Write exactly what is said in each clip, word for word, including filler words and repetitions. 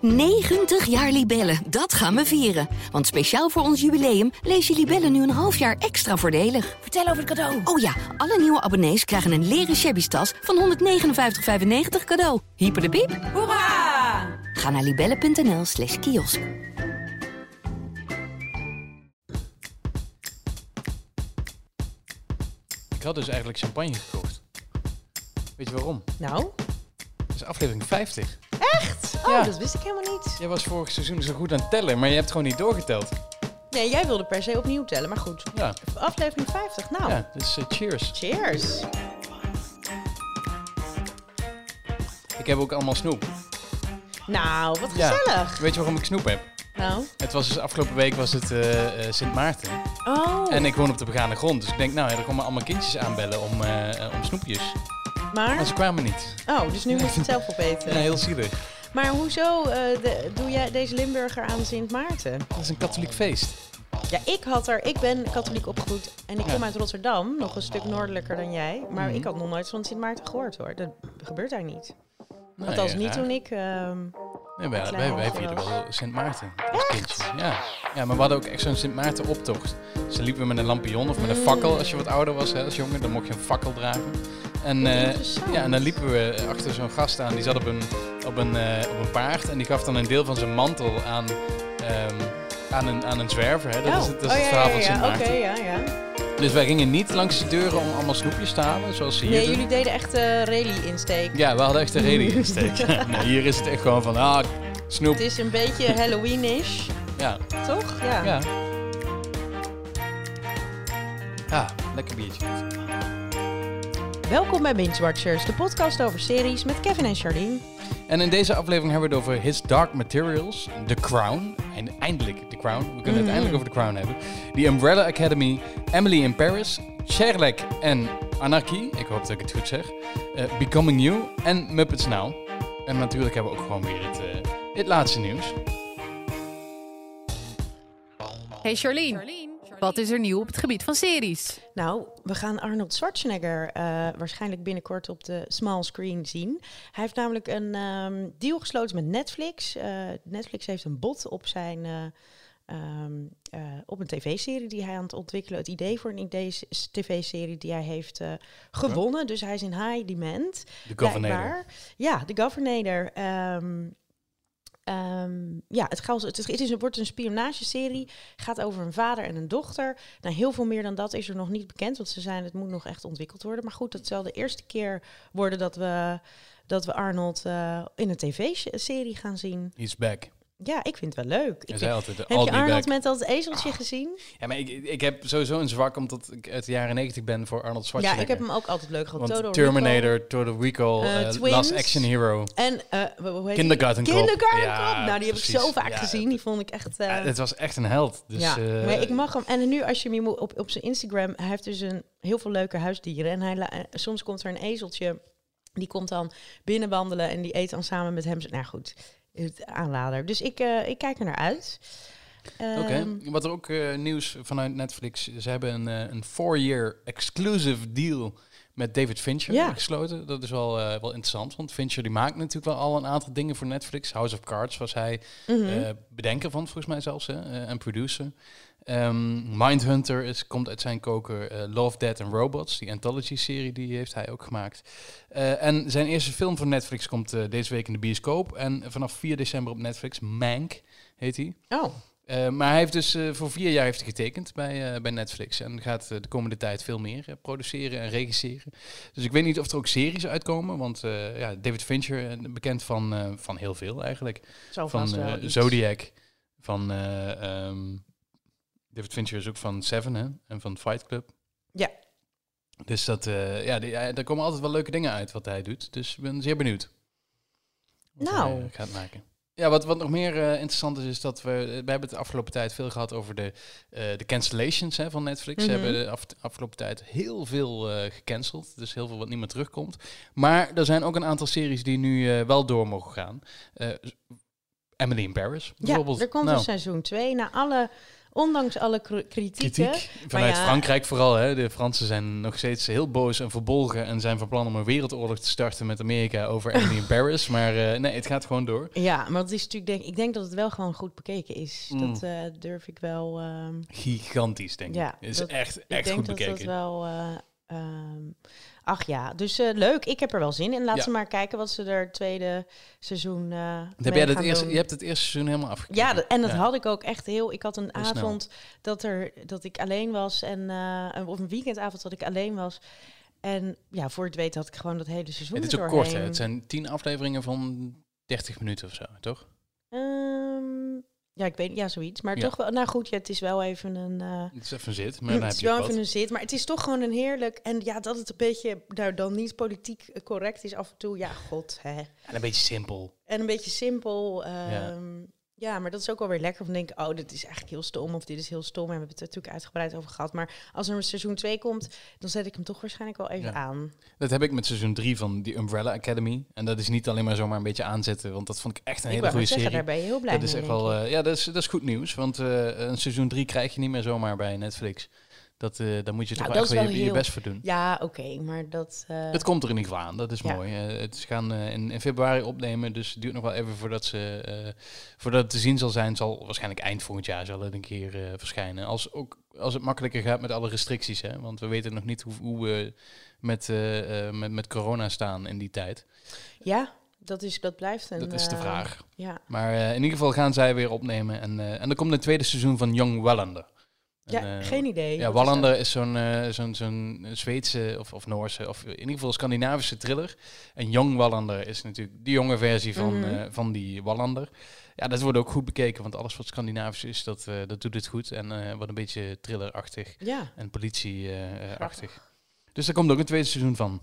negentig jaar Libellen, dat gaan we vieren. Want speciaal voor ons jubileum lees je Libellen nu een half jaar extra voordelig. Vertel over het cadeau. Oh ja, alle nieuwe abonnees krijgen een leren shabby tas van honderdnegenenvijftig vijfennegentig cadeau. Hyper de piep. Hoera! Ga naar libellen.nl slash kiosk. Ik had dus eigenlijk champagne gekocht. Weet je waarom? Nou? Dat is aflevering vijftig. Echt? Oh, Ja. dat wist ik helemaal niet. Jij was vorig seizoen zo goed aan het tellen, maar je hebt gewoon niet doorgeteld. Nee, jij wilde per se opnieuw tellen, maar goed. Ja, Aflevering vijftig, nou. ja dus uh, cheers. Cheers. Ik heb ook allemaal snoep. Nou, wat Ja. gezellig. Weet je waarom ik snoep heb? Nou. Het was dus afgelopen week was het uh, uh, Sint Maarten. Oh. En ik woon op de begane grond, dus ik denk, nou ja, er komen allemaal kindjes aanbellen om, uh, uh, om snoepjes. Maar? Maar ze kwamen niet. Oh, dus nu moet je het zelf opeten. Ja, heel zielig. Maar hoezo uh, de, doe jij deze Limburger aan Sint Maarten? Dat is een katholiek feest. Ja, ik had er, ik ben katholiek opgevoed en ik Ja. kom uit Rotterdam, nog een stuk noordelijker dan jij. Maar Mhm. ik had nog nooit van Sint Maarten gehoord hoor. Dat gebeurt daar niet. Nee, Althans, ja, niet raar. toen ik... ehm, Nee, wij, klein wij, wij was. vierden wel Sint Maarten als kindje. Ja. ja, maar we hadden ook echt zo'n Sint Maarten optocht. Dus dan liepen we met een lampion of met een Mm. fakkel. Als je wat ouder was hè, als jongen, dan mocht je een fakkel dragen. En, Wat eh, interessant. ja, en dan liepen we achter zo'n gast aan. Die zat op een, op, een, eh, op een paard en die gaf dan een deel van zijn mantel aan, ehm, aan, een, aan een zwerver. Hè. Dat oh. is het, dat is oh, het ja, verhaal ja, van ja, Sint ja. Maarten. Oké, ja, ja. Dus wij gingen niet langs de deuren om allemaal snoepjes te halen, zoals ze hier Nee, doen. jullie deden echt uh, rally-insteek. Ja, we hadden echt een reden insteek. Ja, nee, hier is het echt gewoon van, ah, snoep. Het is een beetje Halloween-ish, Ja, toch? Ja. ja. Ah, lekker biertje. Welkom bij Binge Watchers, de podcast over series met Kevin en Charlene. En in deze aflevering hebben we het over His Dark Materials, The Crown. En eindelijk The Crown. We kunnen het Mhm. eindelijk over The Crown hebben. The Umbrella Academy, Emily in Paris, Sherlock en Anarchy. Ik hoop dat ik het goed zeg. Uh, Becoming You en Muppets Now. En natuurlijk hebben we ook gewoon weer het, uh, het laatste nieuws. Hey Charlene, wat is er nieuw op het gebied van series? Nou, we gaan Arnold Schwarzenegger uh, waarschijnlijk binnenkort op de small screen zien. Hij heeft namelijk een um, deal gesloten met Netflix. Uh, Netflix heeft een bod op zijn... Uh, Um, uh, op een tv-serie die hij aan het ontwikkelen. Het idee voor een idee tv-serie die hij heeft uh, gewonnen. Ja. Dus hij is in high demand. De Governator. Ja, de Governator. Um, um, ja, het, gaat, het, het, is, het wordt een spionageserie. Gaat over een vader en een dochter. Nou, heel veel meer dan dat is er nog niet bekend. Want ze zijn, het moet nog echt ontwikkeld worden. Maar goed, het zal de eerste keer worden dat we, dat we Arnold uh, in een tv-serie gaan zien. He's back. Ja, ik vind het wel leuk. Ik zei altijd, heb je Arnold back. Met dat ezeltje ah. gezien? Ja, maar ik, ik heb sowieso een zwak omdat ik uit de jaren negentig ben voor Arnold Schwarzenegger. Ja, ik heb hem ook altijd leuk gehad. Want Terminator, Total Recall, uh, uh, Last Action Hero. En uh, hoe heet Kindergarten Cop. Kindergarten ja, Cop. Nou, die heb precies. ik zo vaak ja, gezien. Die vond ik echt... Uh... Ja, het was echt een held. Dus, ja, uh, maar ik mag hem... En nu als je hem op, op zijn Instagram... Hij heeft dus een, heel veel leuke huisdieren. En hij la, soms komt er een ezeltje... Die komt dan binnenwandelen en die eet dan samen met hem. Nou goed... Het aanlader. Dus ik, uh, ik kijk er naar uit. Oké. Okay. Um, Wat er ook uh, nieuws vanuit Netflix. Ze hebben een, uh, een four-year exclusive deal met David Fincher ja. gesloten. Dat is wel, uh, wel interessant. Want Fincher die maakt natuurlijk wel al een aantal dingen voor Netflix. House of Cards was hij mm-hmm. uh, bedenker van, volgens mij zelfs. Hè, uh, en producer. Um, Mindhunter is, komt uit zijn koker. Uh, Love, Death and Robots. Die anthology-serie die heeft hij ook gemaakt. Uh, en zijn eerste film voor Netflix komt uh, deze week in de bioscoop. En vanaf vier december op Netflix. Mank heet hij. Oh. Uh, maar hij heeft dus uh, voor vier jaar heeft hij getekend bij, uh, bij Netflix. En gaat uh, de komende tijd veel meer uh, produceren en regisseren. Dus ik weet niet of er ook series uitkomen. Want uh, ja, David Fincher, uh, bekend van, uh, van heel veel eigenlijk. Zo van uh, Zodiac. Van uh, um, David Fincher is ook van Seven hè? En van Fight Club. Ja. Dus dat, uh, ja, die, uh, daar komen altijd wel leuke dingen uit wat hij doet. Dus ik ben zeer benieuwd. Wat nou. hij uh, gaat maken. Ja, wat, wat nog meer uh, interessant is, is dat we... We hebben het de afgelopen tijd veel gehad over de, uh, de cancellations hè, van Netflix. Mm-hmm. Ze hebben de af, afgelopen tijd heel veel uh, gecanceld. Dus heel veel wat niet meer terugkomt. Maar er zijn ook een aantal series die nu uh, wel door mogen gaan. Uh, Emily in Paris, bijvoorbeeld. Ja, er komt nou. een seizoen twee. Na alle ondanks alle kr- kritieken... Kritiek vanuit ja, Frankrijk vooral. Hè. De Fransen zijn nog steeds heel boos en verbolgen en zijn van plan om een wereldoorlog te starten met Amerika over Emily in Paris. Maar uh, nee, het gaat gewoon door. Ja, maar het is natuurlijk denk ik denk dat het wel gewoon goed bekeken is. Mm. Dat uh, durf ik wel. Um, Gigantisch, denk ja, ik. Het is dat, echt, echt ik goed denk bekeken. Dat dat wel. Uh, um, ach ja, dus uh, leuk. Ik heb er wel zin in. Laten we ja. maar kijken wat ze er tweede seizoen. Uh, heb jij het eerste, je hebt het eerste seizoen helemaal afgekeken. Ja, dat, en dat ja. had ik ook echt heel. Ik had een heel avond snel. dat er dat ik alleen was en uh, of een weekendavond dat ik alleen was. En ja, voor het weten had ik gewoon dat hele seizoen. Het is ook kort, hè? Het zijn tien afleveringen van dertig minuten of zo, toch? Um, ja, ik weet ja, zoiets. Maar ja. toch wel. Nou goed, ja, het is wel even een. Uh, het is even een zit, maar dan het heb is je wel het even een zit, maar het is toch gewoon een heerlijk. En ja, dat het een beetje nou, dan niet politiek correct is af en toe. Ja, god, hè. En een beetje simpel. En een beetje simpel. Um, ja. Ja, maar dat is ook wel weer lekker. Van denken, oh, dit is eigenlijk heel stom. Of dit is heel stom. En we hebben het er natuurlijk uitgebreid over gehad. Maar als er een seizoen twee komt, dan zet ik hem toch waarschijnlijk wel even ja. aan. Dat heb ik met seizoen drie van The Umbrella Academy. En dat is niet alleen maar zomaar een beetje aanzetten. Want dat vond ik echt een ik hele goede zeggen, serie. Daar ben je heel blij dat mee, is echt wel, uh, ja, dat is, dat is goed nieuws. Want uh, een seizoen drie krijg je niet meer zomaar bij Netflix. Dat, uh, daar moet je toch nou, wel echt wel je, heel... je best voor doen. Ja, oké, okay, maar dat... Uh... Het komt er in ieder geval aan, dat is ja. mooi. Uh, het, ze gaan uh, in, in februari opnemen, dus het duurt nog wel even voordat, ze, uh, voordat het te zien zal zijn. Zal waarschijnlijk eind volgend jaar zal het een keer uh, verschijnen. Als, ook, als het makkelijker gaat met alle restricties, hè? Want we weten nog niet hoe, hoe we met, uh, uh, met, met corona staan in die tijd. Ja, dat, is, dat blijft een... Dat is de vraag. Uh, ja. Maar uh, in ieder geval gaan zij weer opnemen. En, uh, en er komt een tweede seizoen van Young Wallander. Ja, en, uh, geen idee. Ja, Wallander is, is zo'n uh, zo'n zo'n Zweedse of, of Noorse, of in ieder geval Scandinavische thriller. En Young Wallander is natuurlijk de jonge versie van, mm-hmm. uh, van die Wallander. Ja, dat wordt ook goed bekeken, want alles wat Scandinavisch is, dat, uh, dat doet het goed. En uh, wat een beetje thrillerachtig ja. en politie-achtig. Uh, dus daar komt ook een tweede seizoen van.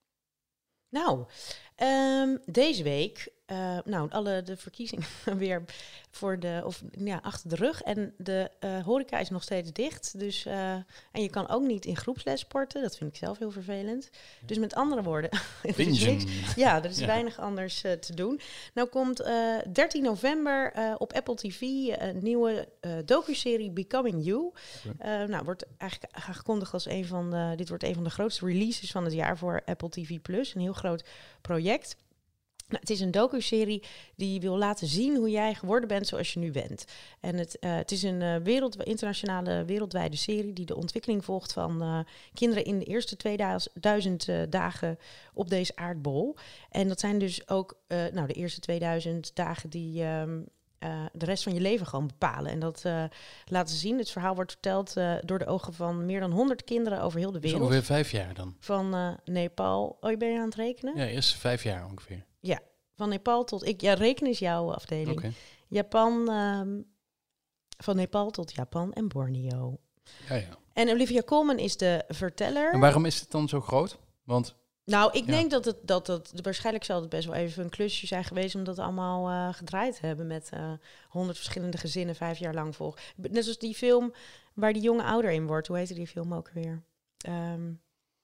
Nou, um, deze week, uh, nou, alle de verkiezingen weer voor de, of ja, achter de rug. En de uh, horeca is nog steeds dicht. Dus, uh, en je kan ook niet in groepsles sporten. Dat vind ik zelf heel vervelend. Ja. Dus met andere woorden, er is niks, ja, er is ja. weinig anders uh, te doen. Nou komt uh, dertien november uh, op Apple T V een nieuwe uh, docuserie Becoming You. Okay. Uh, nou, wordt eigenlijk aangekondigd als een van de, dit wordt een van de grootste releases van het jaar voor Apple T V Plus. Een heel groot project. Nou, het is een docuserie die wil laten zien hoe jij geworden bent zoals je nu bent. En het, uh, het is een uh, wereld, internationale wereldwijde serie die de ontwikkeling volgt van uh, kinderen in de eerste tweeduizend uh, dagen op deze aardbol. En dat zijn dus ook uh, nou, de eerste tweeduizend dagen die um, uh, de rest van je leven gewoon bepalen. En dat uh, laten zien. Het verhaal wordt verteld uh, door de ogen van meer dan honderd kinderen over heel de wereld. Dus ongeveer vijf jaar dan? Van uh, Nepal. Oh, je bent aan het rekenen? Ja, eerst vijf jaar ongeveer. Ja, van Nepal tot... Ik, ja, rekenen is jouw afdeling. Okay. Japan, um, van Nepal tot Japan en Borneo. Ja, ja. En Olivia Colman is de verteller. En waarom is het dan zo groot? Want... Nou, ik ja. denk dat het, dat het... Waarschijnlijk zal het best wel even een klusje zijn geweest... omdat we allemaal uh, gedraaid hebben met honderd uh, verschillende gezinnen... vijf jaar lang volg. Net zoals die film waar die jonge ouder in wordt. Hoe heette die film ook weer? Um,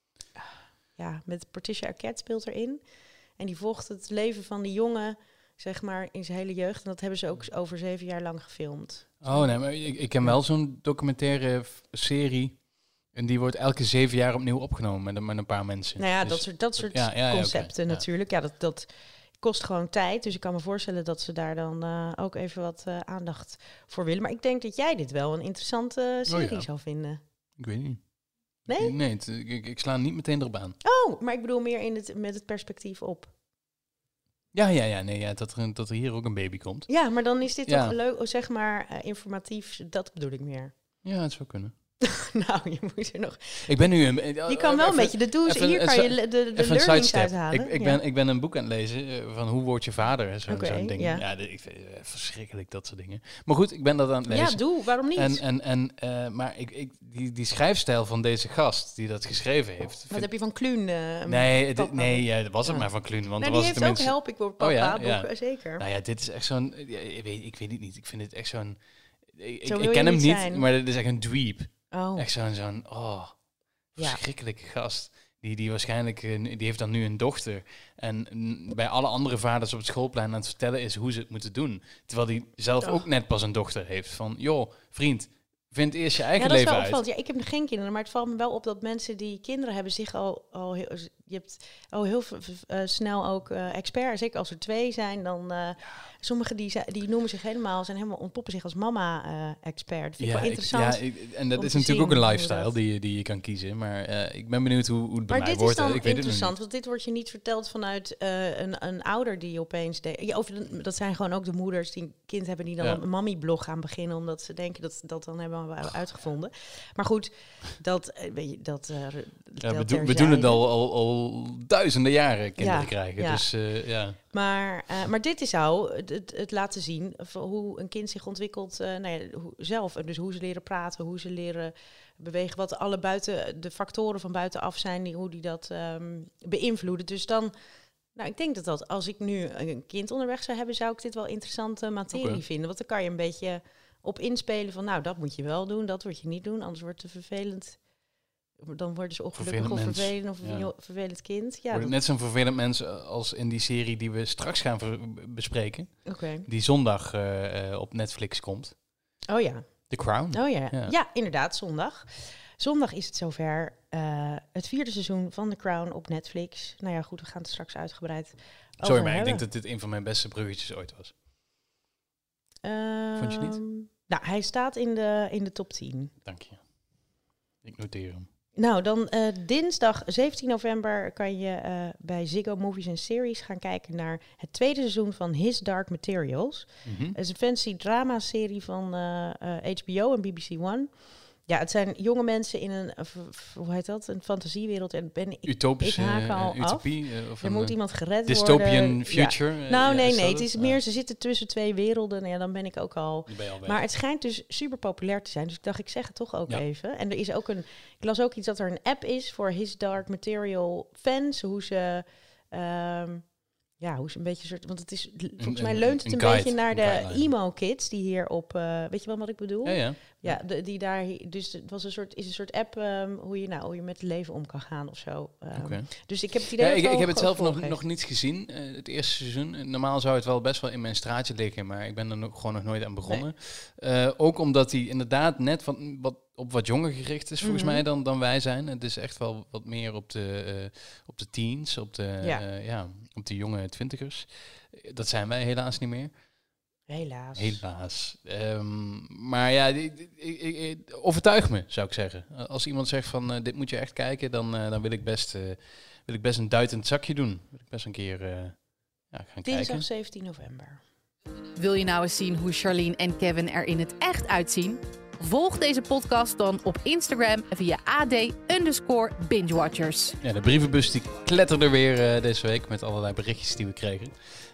ja, met Patricia Arquette speelt erin... En die volgt het leven van die jongen, zeg maar, in zijn hele jeugd. En dat hebben ze ook over zeven jaar lang gefilmd. Oh nee, maar ik, ik ken wel zo'n documentaire f- serie. En die wordt elke zeven jaar opnieuw opgenomen met, met een paar mensen. Nou ja, dus, dat soort, dat soort ja, ja, ja, concepten okay, natuurlijk. Ja, ja dat, dat kost gewoon tijd. Dus ik kan me voorstellen dat ze daar dan uh, ook even wat uh, aandacht voor willen. Maar ik denk dat jij dit wel een interessante serie oh ja. zou vinden. Ik weet niet. Nee? Nee, het, ik, ik sla niet meteen erop aan. Oh, maar ik bedoel meer in het, met het perspectief op. Ja, ja, ja, nee, ja dat, er, dat er hier ook een baby komt. Ja, maar dan is dit ja. toch leuk, zeg maar, uh, informatief. Dat bedoel ik meer. Ja, het zou kunnen. Nou, je moet er nog... Ik ben nu... Een, je kan wel een beetje de do's... Hier kan je de, de, de learnings uithalen. Ik, ik, ja. ben, ik ben een boek aan het lezen uh, van Hoe word je vader? Zo'n okay, zo'n ding. Ja, ja de, ik vind het uh, verschrikkelijk, dat soort dingen. Maar goed, ik ben dat aan het lezen. Ja, doe. Waarom niet? En, en, en, uh, maar ik, ik, die, die schrijfstijl van deze gast die dat geschreven heeft... Wat vind... heb je van Kluun? Uh, nee, d- nee ja, dat was het ja. maar van Kluun. Want nou, was die heeft tenminste... ook Help, ik word papa. Oh, ja, boek, ja. Zeker. Nou ja, dit is echt zo'n... Ja, ik, weet, ik weet het niet. Ik vind het echt zo'n... Ik, Zo ik ken hem niet, zijn. maar dit is echt een dweeb. Oh. Echt zo'n, zo'n oh, ja. verschrikkelijke gast. Die, die waarschijnlijk, uh, die heeft dan nu een dochter. En n- bij alle andere vaders op het schoolplein aan het vertellen is hoe ze het moeten doen. Terwijl die zelf oh. ook net pas een dochter heeft. Van, joh, vriend, Vind eerst je eigen ja, dat is leven wel uit. opvallend. Ja, ik heb nog geen kinderen, maar het valt me wel op dat mensen die kinderen hebben zich al, al heel, je hebt al heel uh, snel ook uh, expert. Zeker als er twee zijn, dan uh, ja. sommigen die, die noemen zich helemaal, zijn helemaal ontpoppen zich als mama-expert. Uh, vind ja, ik wel interessant. Ik, ja, ik, en dat is natuurlijk ook een lifestyle die, die je kan kiezen. Maar uh, ik ben benieuwd hoe, hoe het bij maar mij dit wordt. is dan ik weet interessant, want dit wordt je niet verteld vanuit uh, een, een ouder die opeens... De, ja, of dat zijn gewoon ook de moeders die een kind hebben die dan ja. een mammy-blog gaan beginnen, omdat ze denken dat dat dan hebben we uitgevonden. Maar goed, dat... Weet je, dat, uh, ja, we, do- we doen het al, al, al duizenden jaren kinderen ja, krijgen. Ja. Dus, uh, ja. maar, uh, maar dit is zou het, het, het laten zien hoe een kind zich ontwikkelt uh, nou ja, hoe, zelf. Dus hoe ze leren praten, hoe ze leren bewegen, wat alle buiten de factoren van buitenaf zijn, die, hoe die dat um, beïnvloeden. Dus dan... Nou, ik denk dat dat als ik nu een kind onderweg zou hebben, zou ik dit wel interessante materie okay. vinden. Want dan kan je een beetje op inspelen van, nou, dat moet je wel doen, dat moet je niet doen, anders wordt het vervelend. Dan worden ze ongelukkig of vervelend of een ja. vervelend kind. Ja, wordt net zo'n vervelend mens als in die serie die we straks gaan ver- bespreken. Okay. Die zondag uh, uh, op Netflix komt. Oh ja. The Crown. Oh ja, ja. ja inderdaad, zondag. Zondag is het zover. Uh, het vierde seizoen van The Crown op Netflix. Nou ja, goed, we gaan het straks uitgebreid over Sorry, maar hebben. ik denk dat dit een van mijn beste bruggetjes ooit was. Um, Vond je niet? Nou, hij staat in de, in de top tien. Dank je. Ik noteer hem. Nou, dan uh, dinsdag zeventien november kan je uh, bij Ziggo Movies en Series gaan kijken naar het tweede seizoen van His Dark Materials. Mm-hmm. Het is een fantasy drama serie van uh, uh, H B O en B B C One. Ja, het zijn jonge mensen in een, uh, f- hoe heet dat, een fantasiewereld. En ben ik, Utopische, ik haak al uh, utopie, af. Uh, of er een, moet iemand gered dystopian worden. Dystopian future. Ja. Uh, nou, ja, nee, is nee. het Het is ah. meer, ze zitten tussen twee werelden. Nou ja, dan ben ik ook al... al Maar het schijnt dus super populair te zijn. Dus ik dacht, ik zeg het toch ook ja. even. En er is ook een... Ik las ook iets dat er een app is voor His Dark Material fans. Hoe ze... Um, Ja, hoe is een beetje soort, want het is volgens een, mij leunt het een, een guide, beetje naar de guideline. emo kids die hier op, uh, weet je wel wat ik bedoel? Ja, ja. Ja, de, die daar, dus het was een soort, is een soort app um, hoe je nou, hoe je met het leven om kan gaan of zo. Um, okay. Dus ik heb het idee. Ja, dat ik, ik heb het zelf nog, nog nog niet gezien, uh, het eerste seizoen. Normaal zou het wel best wel in mijn straatje liggen, maar ik ben er nog, gewoon nog nooit aan begonnen. Nee. Uh, ook omdat hij inderdaad net van wat op wat jonger gericht is volgens mm-hmm. mij dan, dan wij zijn. Het is echt wel wat meer op de, uh, op de teens, op de, ja. Uh, ja, op de jonge twintigers. Dat zijn wij helaas niet meer. Helaas. Helaas. Um, maar ja, ik, ik, ik, overtuig me, zou ik zeggen. Als iemand zegt van uh, dit moet je echt kijken, dan, uh, dan wil ik best uh, wil ik best een duit in het zakje doen. Wil ik best een keer uh, ja, gaan Dinsdag kijken. Dinsdag zeventien november. Wil je nou eens zien hoe Charlene en Kevin er in het echt uitzien? Volg deze podcast dan op Instagram via A D underscore bingewatchers. Ja, de brievenbus die kletterde weer uh, deze week met allerlei berichtjes die we kregen.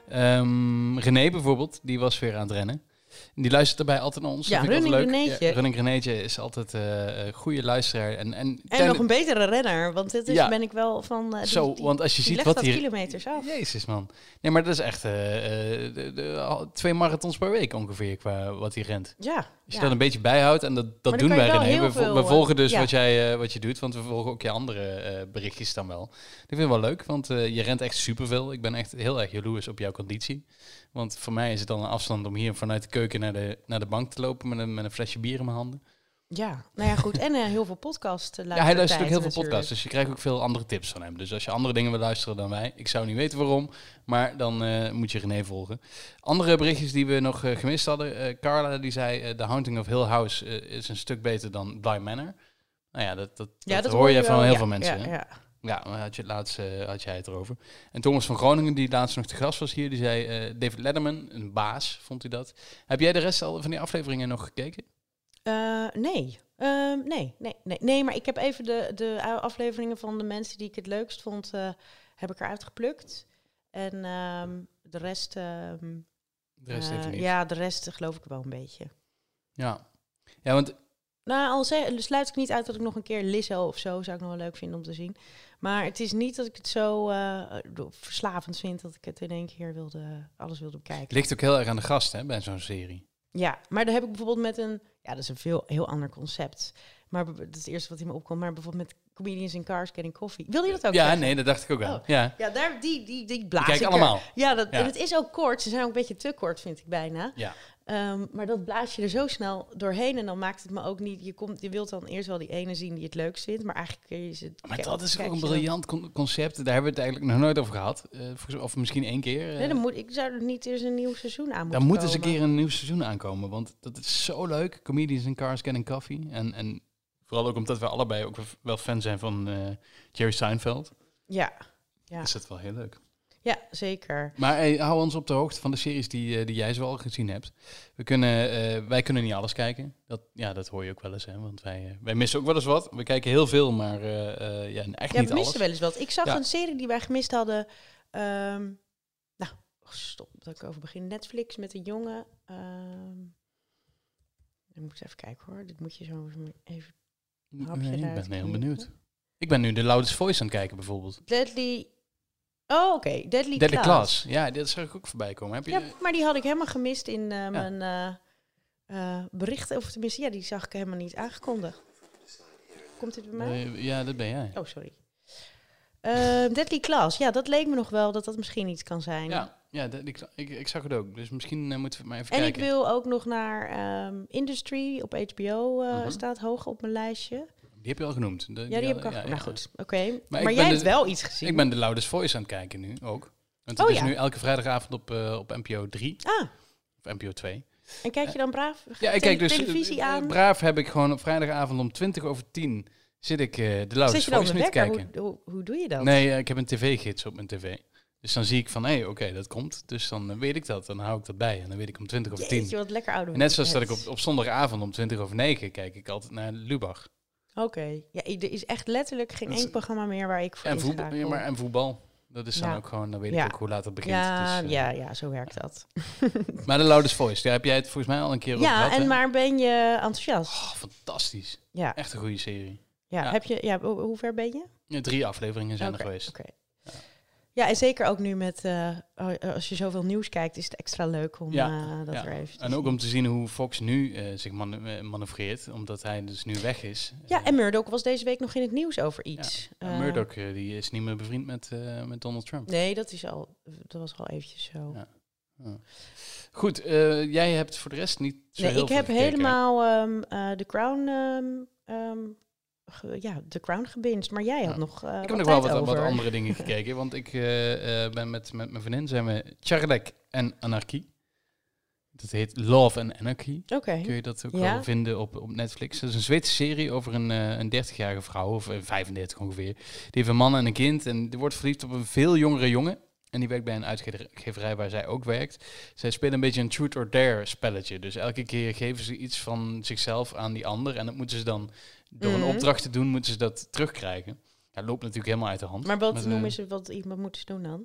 Um, René bijvoorbeeld, die was weer aan het rennen. En die luistert erbij altijd naar ons. Ja, Running Renéetje. Ja, Running Renéetje is altijd uh, een goede luisteraar. En, en, en nog een betere renner, want dit is, ja. ben ik wel van... Uh, die, Zo, die, want als je die ziet wat hier... kilometers af. Jezus, man. Nee, maar dat is echt uh, de, de, twee marathons per week ongeveer qua wat hij rent. Ja. Als je ja. dat een beetje bijhoudt, en dat, dat doen wij, René. We, veel, we volgen dus ja. wat, jij, uh, wat je doet, want we volgen ook je andere uh, berichtjes dan wel. Ik vind het wel leuk, want uh, je rent echt superveel. Ik ben echt heel erg jaloers op jouw conditie. Want voor mij is het dan een afstand om hier vanuit de keuken naar de, naar de bank te lopen met een, met een flesje bier in mijn handen. Ja, nou ja, goed. En uh, heel veel podcasts luisteren. Ja, hij luistert ook heel veel natuurlijk. podcasts, dus je krijgt ook veel andere tips van hem. Dus als je andere dingen wil luisteren dan wij, ik zou niet weten waarom, maar dan uh, moet je René volgen. Andere berichtjes die we nog uh, gemist hadden. Uh, Carla die zei, uh, The Haunting of Hill House uh, is een stuk beter dan Bly Manor. Nou ja, dat, dat, ja, dat, dat hoor je van heel ja, veel mensen. Ja, hè? ja. Ja, maar had, je laatst, uh, had jij het erover. En Thomas van Groningen, die laatst nog te gast was hier, die zei, uh, David Letterman, een baas, vond hij dat. Heb jij de rest al van die afleveringen nog gekeken? Uh, nee. Uh, nee, nee, nee, nee, maar ik heb even de, de afleveringen van de mensen die ik het leukst vond, uh, heb ik eruit geplukt. En um, de rest... Um, de rest uh, even niet. Ja, de rest geloof ik wel een beetje. Ja, ja want... Nou, al zeg, sluit ik niet uit dat ik nog een keer Lizzo of zo zou ik nog wel leuk vinden om te zien. Maar het is niet dat ik het zo uh, verslavend vind dat ik het in één keer wilde, alles wilde bekijken. Het ligt ook heel erg aan de gast, hè, bij zo'n serie. Ja, maar daar heb ik bijvoorbeeld met een... Ja, dat is een veel, heel ander concept. Maar dat is het eerste wat in me opkomt. Maar bijvoorbeeld met Comedians in Cars Getting Coffee. Wil je dat ook Ja, zeggen? nee, dat dacht ik ook wel. Oh. Ja, ja daar, die, die, die blaas Kijk ik allemaal. Er. Ja, dat, ja, en het is ook kort. Ze zijn ook een beetje te kort, vind ik bijna. Ja. Um, maar dat blaas je er zo snel doorheen en dan maakt het me ook niet... Je, komt, je wilt dan eerst wel die ene zien die het leukst vindt, maar eigenlijk kun je ze... Maar dat is ook een briljant con- concept. Daar hebben we het eigenlijk nog nooit over gehad. Uh, of misschien één keer. Uh, nee, dan moet, ik zou er niet eens een nieuw seizoen aan moeten Dan moet komen. eens een keer een nieuw seizoen aankomen, want dat is zo leuk. Comedians in Cars Getting Coffee. En, en vooral ook omdat we allebei ook wel fan zijn van uh, Jerry Seinfeld. Ja. ja. Is dat wel heel leuk. Ja, zeker. Maar hey, hou ons op de hoogte van de series die, uh, die jij zo al gezien hebt. We kunnen, uh, wij kunnen niet alles kijken. Dat, ja, dat hoor je ook wel eens, hè? Want wij, uh, wij missen ook wel eens wat. We kijken heel veel, maar uh, uh, ja, echt ja, niet we alles. missen wel eens wat. Ik zag ja. een serie die wij gemist hadden. Um, nou, oh, stop, dat ik over begin. Netflix met een jongen. Um, ik moet even kijken hoor. Dit moet je zo even... Nee, ik ben heel benieuwd. Ik ben nu de Loudest Voice aan het kijken, bijvoorbeeld. Deadly... Oh, oké. Okay. Deadly, Deadly Class. Class. Ja, dat zag ik ook voorbij komen. Heb je... Ja, maar die had ik helemaal gemist in uh, mijn uh, uh, berichten. Of tenminste, ja, die zag ik helemaal niet aangekondigd. Komt dit bij mij? Uh, ja, dat ben jij. Oh, sorry. Uh, Deadly Class. Ja, dat leek me nog wel dat dat misschien iets kan zijn. Ja, ja dat, ik, ik, ik zag het ook. Dus misschien uh, moeten we maar even en kijken. En ik wil ook nog naar um, Industry op H B O. Uh, uh-huh. Staat hoog op mijn lijstje. Die heb je al genoemd. De, ja, die, die heb ik al genoemd. Ja, nou goed, oké. Okay. Maar, maar jij de, hebt wel iets gezien. Ik ben de Loudest Voice aan het kijken nu ook. Want het oh, is ja. nu elke vrijdagavond op, uh, op N P O drie. Ah. Of N P O twee. En kijk je dan braaf ja, ik kijk dus televisie aan? Uh, braaf heb ik gewoon op vrijdagavond om twintig over tien zit ik uh, de Loudest Voice nu te kijken. Hoe, hoe, hoe doe je dat? Nee, uh, ik heb een tv-gids op mijn tv. Dus dan zie ik van, hé, hey, oké, okay, dat komt. Dus dan uh, weet ik dat. Dan hou ik dat bij. En dan weet ik om twintig over tien. Jeetje, wat lekker ouder. En net zoals dat ik op, op zondagavond om twintig over negen kijk ik altijd naar Lubach. Oké. Okay. Ja, er is echt letterlijk geen één programma meer waar ik voor en voetbal, ja, maar En voetbal. Dat is dan ja. ook gewoon, dan weet ik ja. ook hoe laat het begint. Ja, dus, uh, ja, ja, zo werkt dat. Maar de Loudest Voice, daar heb jij het volgens mij al een keer over ja, gehad. Ja, en hè? maar ben je enthousiast? Oh, fantastisch. Ja. Echt een goede serie. Ja, ja. Heb je, ja hoe, hoe ver ben je? Ja, drie afleveringen zijn okay, er geweest. Oké. Okay. Ja. ja, en zeker ook nu met, uh, als je zoveel nieuws kijkt, is het extra leuk om ja. uh, dat ja. er even te En zien. ook om te zien hoe Fox nu uh, zich man- manoeuvreert, omdat hij dus nu weg is. Ja, en Murdoch was deze week nog in het nieuws over iets. Ja. Uh, Murdoch uh, die is niet meer bevriend met, uh, met Donald Trump. Nee, dat, is al, dat was al eventjes zo. Ja. Ja. Goed, uh, jij hebt voor de rest niet zo nee, heel ik veel heb gekeken, helemaal um, uh, The Crown... Um, um, Ge, ja, The Crown gebinged, maar jij had ja. nog uh, Ik heb nog wel wat, wat andere dingen gekeken, want ik uh, uh, ben met, met mijn vriendin, zijn we Charlek en Anarchie. Dat heet Love and Anarchy. Okay. Kun je dat ook ja. wel vinden op, op Netflix. Dat is een Zweedse serie over een, uh, een dertigjarige vrouw, of uh, vijfendertig ongeveer. Die heeft een man en een kind en die wordt verliefd op een veel jongere jongen. En die werkt bij een uitgeverij waar zij ook werkt. Zij spelen een beetje een truth or dare spelletje. Dus elke keer geven ze iets van zichzelf aan die ander. En dat moeten ze dan, door een mm-hmm. opdracht te doen, moeten ze dat terugkrijgen. Ja, loopt natuurlijk helemaal uit de hand. Maar wat met, noemen uh, ze, wat iemand moet ze doen dan?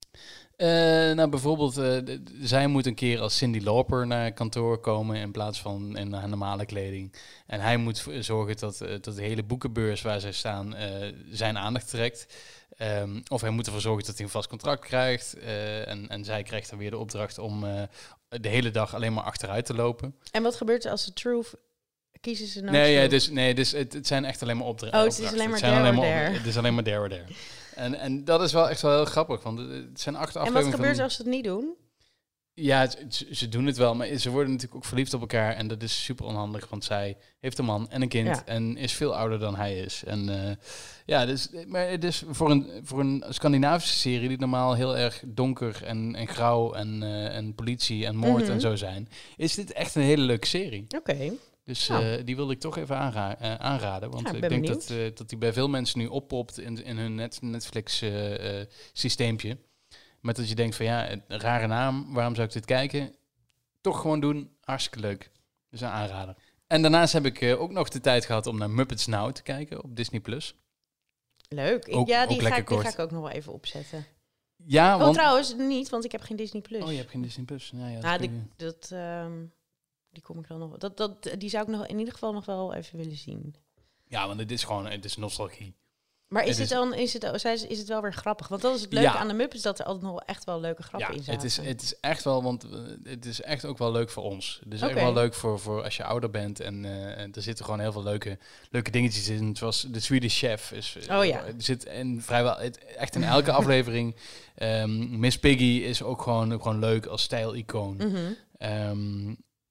Uh, nou, bijvoorbeeld, uh, d- zij moet een keer als Cyndi Lauper naar kantoor komen in plaats van in haar normale kleding. En hij moet v- zorgen dat, uh, dat de hele boekenbeurs waar zij staan uh, zijn aandacht trekt. Um, of hij moet ervoor zorgen dat hij een vast contract krijgt. Uh, en, en zij krijgt dan weer de opdracht om uh, de hele dag alleen maar achteruit te lopen. En wat gebeurt er als de truth... Kiezen ze nou nee, ja, dus, nee dus het, het zijn echt alleen maar opdra- oh, het opdrachten. Is alleen maar het, zijn alleen maar there. op, het is alleen maar there or there. En, en dat is wel echt wel heel grappig, want het zijn acht afleveringen. En wat gebeurt van, als ze het niet doen? Ja, het, ze, ze doen het wel, maar ze worden natuurlijk ook verliefd op elkaar. En dat is super onhandig, want zij heeft een man en een kind ja. en is veel ouder dan hij is. En uh, ja, dus, maar het is voor een, voor een Scandinavische serie die normaal heel erg donker en, en grauw en, uh, en politie en moord mm-hmm. en zo zijn, is dit echt een hele leuke serie. Oké. Okay. Dus uh, oh. die wilde ik toch even aanra- uh, aanraden. Want ja, ik, ik denk dat, uh, dat die bij veel mensen nu oppopt in, in hun net, Netflix uh, uh, systeempje. Met dat je denkt van ja, een rare naam, waarom zou ik dit kijken? Toch gewoon doen, hartstikke leuk. Dus een aanrader. En daarnaast heb ik uh, ook nog de tijd gehad om naar Muppets Now te kijken op Disney plus. Leuk. Ik, ook, ja, die, ook ga ik, die kort. ga ik ook nog wel even opzetten. Ja, oh, want... trouwens niet, want ik heb geen Disney plus. Oh, je hebt geen Disney plus. Ja, ja, nou, die, dat... Um, Die kom ik dan nog. Dat, dat, die zou ik nog in ieder geval nog wel even willen zien. Ja, want het is gewoon, het is nostalgie. Maar is het, het, is, dan, is het, is het wel weer grappig? Want dat is het leuke ja. aan de Muppets, dat er altijd nog wel echt wel leuke grappen ja, in zaten. Het is, het is echt wel, want het is echt ook wel leuk voor ons. Het is okay. echt wel leuk voor, voor als je ouder bent. En, uh, en er zitten gewoon heel veel leuke, leuke dingetjes in. Zoals de Swedish Chef. Is, oh ja. Er zit in vrijwel, het, echt in elke aflevering. Um, Miss Piggy is ook gewoon, gewoon leuk als stijlicoon. Mm-hmm. Um,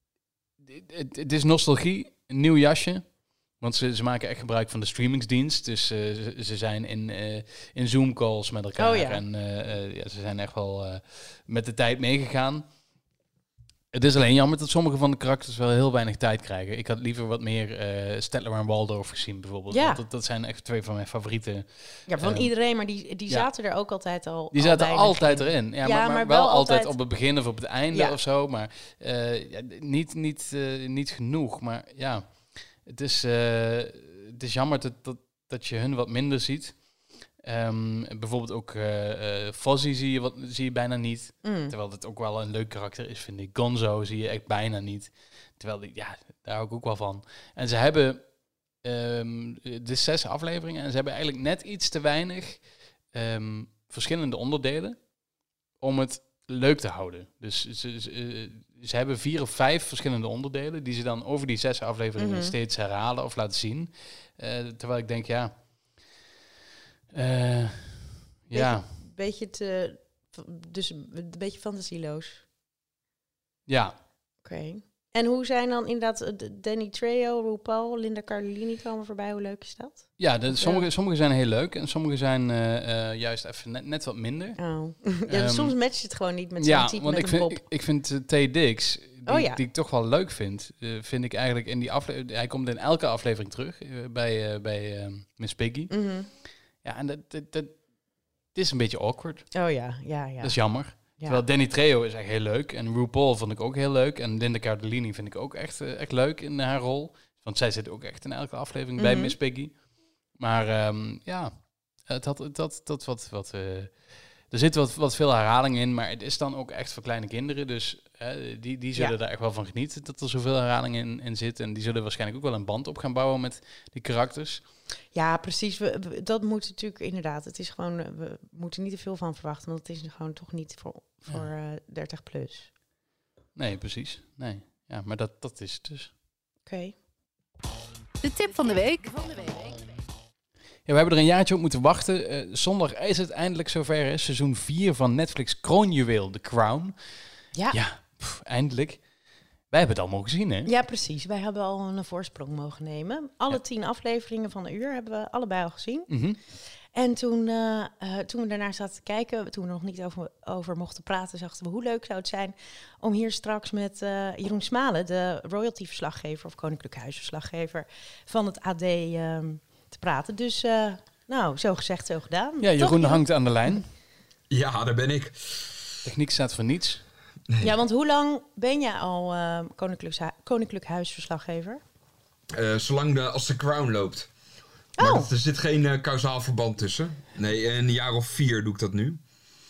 het, het is nostalgie, een nieuw jasje. Want ze, ze maken echt gebruik van de streamingsdienst. Dus uh, ze, ze zijn in, uh, in Zoom-calls met elkaar. Oh, ja. En uh, uh, ja, ze zijn echt wel uh, met de tijd meegegaan. Het is alleen jammer dat sommige van de karakters wel heel weinig tijd krijgen. Ik had liever wat meer uh, Statler en Waldorf gezien bijvoorbeeld. Ja. Want dat, dat zijn echt twee van mijn favorieten. Ja, van um, iedereen, maar die, die zaten ja. er ook altijd al. Die al zaten altijd in. erin. Ja, ja maar, maar, maar wel, wel altijd, altijd op het begin of op het einde ja. of zo. Maar uh, ja, niet, niet, uh, niet genoeg. Maar ja, het is, uh, het is jammer dat, dat, dat je hun wat minder ziet. Um, bijvoorbeeld ook uh, uh, Fozzie zie je, wat, zie je bijna niet. Mm. Terwijl het ook wel een leuk karakter is, vind ik. Gonzo zie je echt bijna niet. Terwijl, die, ja, daar hou ik ook wel van. En ze hebben um, de zes afleveringen en ze hebben eigenlijk net iets te weinig um, verschillende onderdelen om het leuk te houden. Dus ze, ze, ze hebben vier of vijf verschillende onderdelen die ze dan over die zes afleveringen mm-hmm. steeds herhalen of laten zien. Uh, terwijl ik denk, ja... Uh, ja. Beetje te... Dus een beetje fantasieloos. Ja. Oké. Okay. En hoe zijn dan inderdaad Danny Trejo, RuPaul, Linda Cardellini komen voorbij? Hoe leuk is dat? Ja, de, sommige, sommige zijn heel leuk en sommige zijn uh, uh, juist even net, net wat minder. Oh. ja, um, soms matcht het gewoon niet met ja, zo'n type want met ik een vind, pop. Ik, ik vind uh, Taye Diggs, die, oh, ja. die ik toch wel leuk vind, uh, vind ik eigenlijk in die aflevering... Hij komt in elke aflevering terug uh, bij, uh, bij uh, Miss Piggy. Mm-hmm. Ja, en dat, dat, dat het is een beetje awkward. Oh ja, ja, ja. Dat is jammer. Ja. Terwijl Danny Trejo is echt heel leuk. En RuPaul vond ik ook heel leuk. En Linda Cardellini vind ik ook echt, uh, echt leuk in haar rol. Want zij zit ook echt in elke aflevering mm-hmm. bij Miss Piggy. Maar um, ja, het had, het had, dat wat... wat uh, er zit wat, wat veel herhaling in, maar het is dan ook echt voor kleine kinderen. Dus uh, die, die zullen ja. daar echt wel van genieten dat er zoveel herhaling in, in zit. En die zullen waarschijnlijk ook wel een band op gaan bouwen met die karakters. Ja, precies. We, we, dat moet natuurlijk inderdaad. Het is gewoon, we moeten niet te veel van verwachten, want het is gewoon toch niet voor, voor ja. uh, dertig plus. Nee, precies. Nee. Ja, maar dat, dat is het dus. Oké. Okay. De tip van de week. Van de week. Ja, we hebben er een jaartje op moeten wachten. Uh, zondag is het eindelijk zover. Is seizoen vier van Netflix kroonjuweel, The Crown. Ja. Ja, pff, eindelijk. Wij hebben het allemaal gezien, hè? Ja, precies. Wij hebben al een voorsprong mogen nemen. Alle ja. tien afleveringen van een uur hebben we allebei al gezien. Mm-hmm. En toen, uh, uh, toen we daarnaar zaten te kijken, toen we er nog niet over, over mochten praten, zagen we hoe leuk zou het zijn om hier straks met uh, Jeroen Smalen, de royalty-verslaggever of Koninklijk Huisverslaggever van het A D... Um, te praten. Dus, uh, nou, zo gezegd, zo gedaan. Ja, Jeroen Toch, hangt aan de lijn. Ja, daar ben ik. Techniek staat voor niets. Nee. Ja, want hoe lang ben jij al uh, Koninklijk, hu- Koninklijk Huisverslaggever? Uh, zolang de, als de Crown loopt. Oh. Maar dat, er zit geen uh, kausaal verband tussen. Nee, in een jaar of vier doe ik dat nu. Um,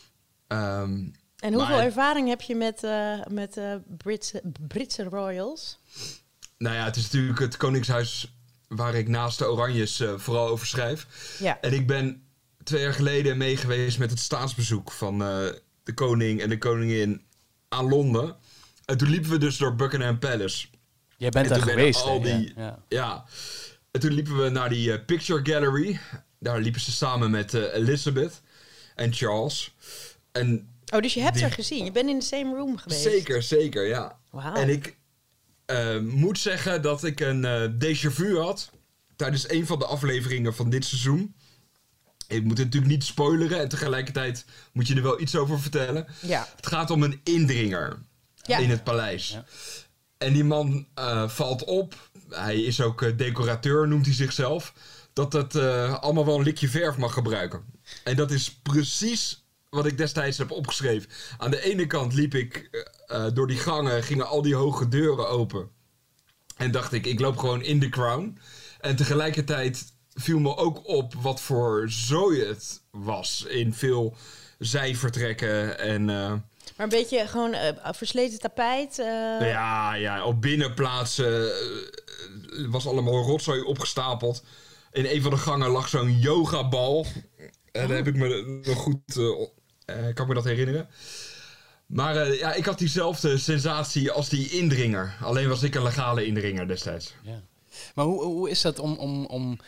en hoeveel maar, ervaring heb je met, uh, met uh, Britse, Britse royals? Nou ja, het is natuurlijk het Koningshuis waar ik naast de Oranjes uh, vooral over schrijf. Ja. En ik ben twee jaar geleden mee geweest met het staatsbezoek van uh, de koning en de koningin aan Londen. En toen liepen we dus door Buckingham Palace. Jij bent daar geweest, al die, ja. Ja. ja. En toen liepen we naar die uh, Picture Gallery. Daar liepen ze samen met uh, Elizabeth en Charles. En oh, dus je hebt die... haar gezien? Je bent in de same room geweest? Zeker, zeker, ja. Wow. En ik... Uh, moet zeggen dat ik een uh, déjà vu had tijdens een van de afleveringen van dit seizoen. Ik moet het natuurlijk niet spoileren en tegelijkertijd moet je er wel iets over vertellen. Ja. Het gaat om een indringer ja. in het paleis. Ja. En die man uh, valt op, hij is ook uh, decorateur, noemt hij zichzelf, dat het uh, allemaal wel een likje verf mag gebruiken. En dat is precies wat ik destijds heb opgeschreven. Aan de ene kant liep ik uh, door die gangen, gingen al die hoge deuren open. En dacht ik, ik loop gewoon in The Crown. En tegelijkertijd viel me ook op wat voor zooi het was. In veel zijvertrekken en... Uh, maar een beetje gewoon uh, versleten tapijt? Uh... Ja, ja, op binnenplaatsen uh, was allemaal rotzooi opgestapeld. In een van de gangen lag zo'n yogabal. En oh. daar heb ik me nog goed... Uh, uh, kan ik me dat herinneren. Maar uh, ja, ik had diezelfde sensatie als die indringer. Alleen was ik een legale indringer destijds. Ja. Maar hoe, hoe is dat om, om, om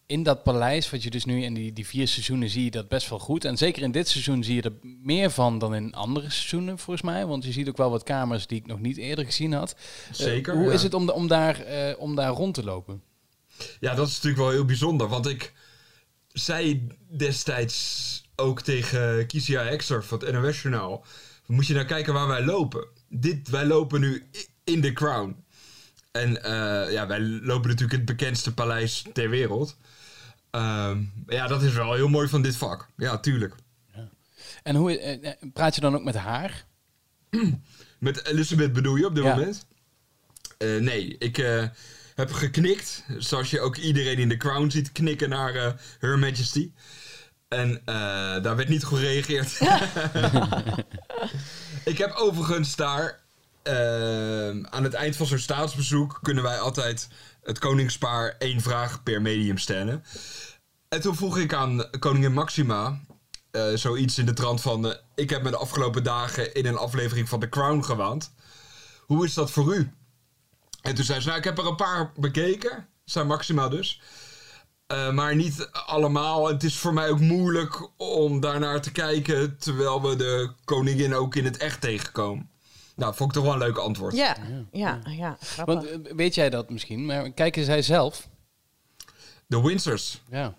in dat paleis, wat je dus nu in die, die vier seizoenen zie je dat best wel goed. En zeker in dit seizoen zie je er meer van dan in andere seizoenen, volgens mij. Want je ziet ook wel wat kamers die ik nog niet eerder gezien had. Zeker. Uh, hoe ja. is het om, de, om, daar, uh, om daar rond te lopen? Ja, dat is natuurlijk wel heel bijzonder. Want ik zei destijds ook tegen Kizia Hekster van het N O S-journaal... moet je nou kijken waar wij lopen. Dit, wij lopen nu in The Crown. En uh, ja, wij lopen natuurlijk het bekendste paleis ter wereld. Um, ja, dat is wel heel mooi van dit vak. Ja, tuurlijk. Ja. En hoe uh, praat je dan ook met haar? Met Elizabeth bedoel je op dit ja. moment? Uh, nee, ik uh, heb geknikt. Zoals je ook iedereen in The Crown ziet knikken naar uh, Her Majesty. En uh, daar werd niet goed gereageerd. Ik heb overigens daar... Uh, aan het eind van zo'n staatsbezoek kunnen wij altijd het koningspaar één vraag per medium stellen. En toen vroeg ik aan koningin Maxima uh, zoiets in de trant van... Uh, ik heb me de afgelopen dagen in een aflevering van The Crown gewaand. Hoe is dat voor u? En toen zei ze, nou, ik heb er een paar bekeken. Zei Maxima dus. Uh, maar niet allemaal. Het is voor mij ook moeilijk om daarnaar te kijken... terwijl we de koningin ook in het echt tegenkomen. Nou, vond ik toch wel een leuk antwoord. Ja, ja, ja, ja, grappig. Want uh, weet jij dat misschien? Maar kijken zij zelf? De Windsors. Ja.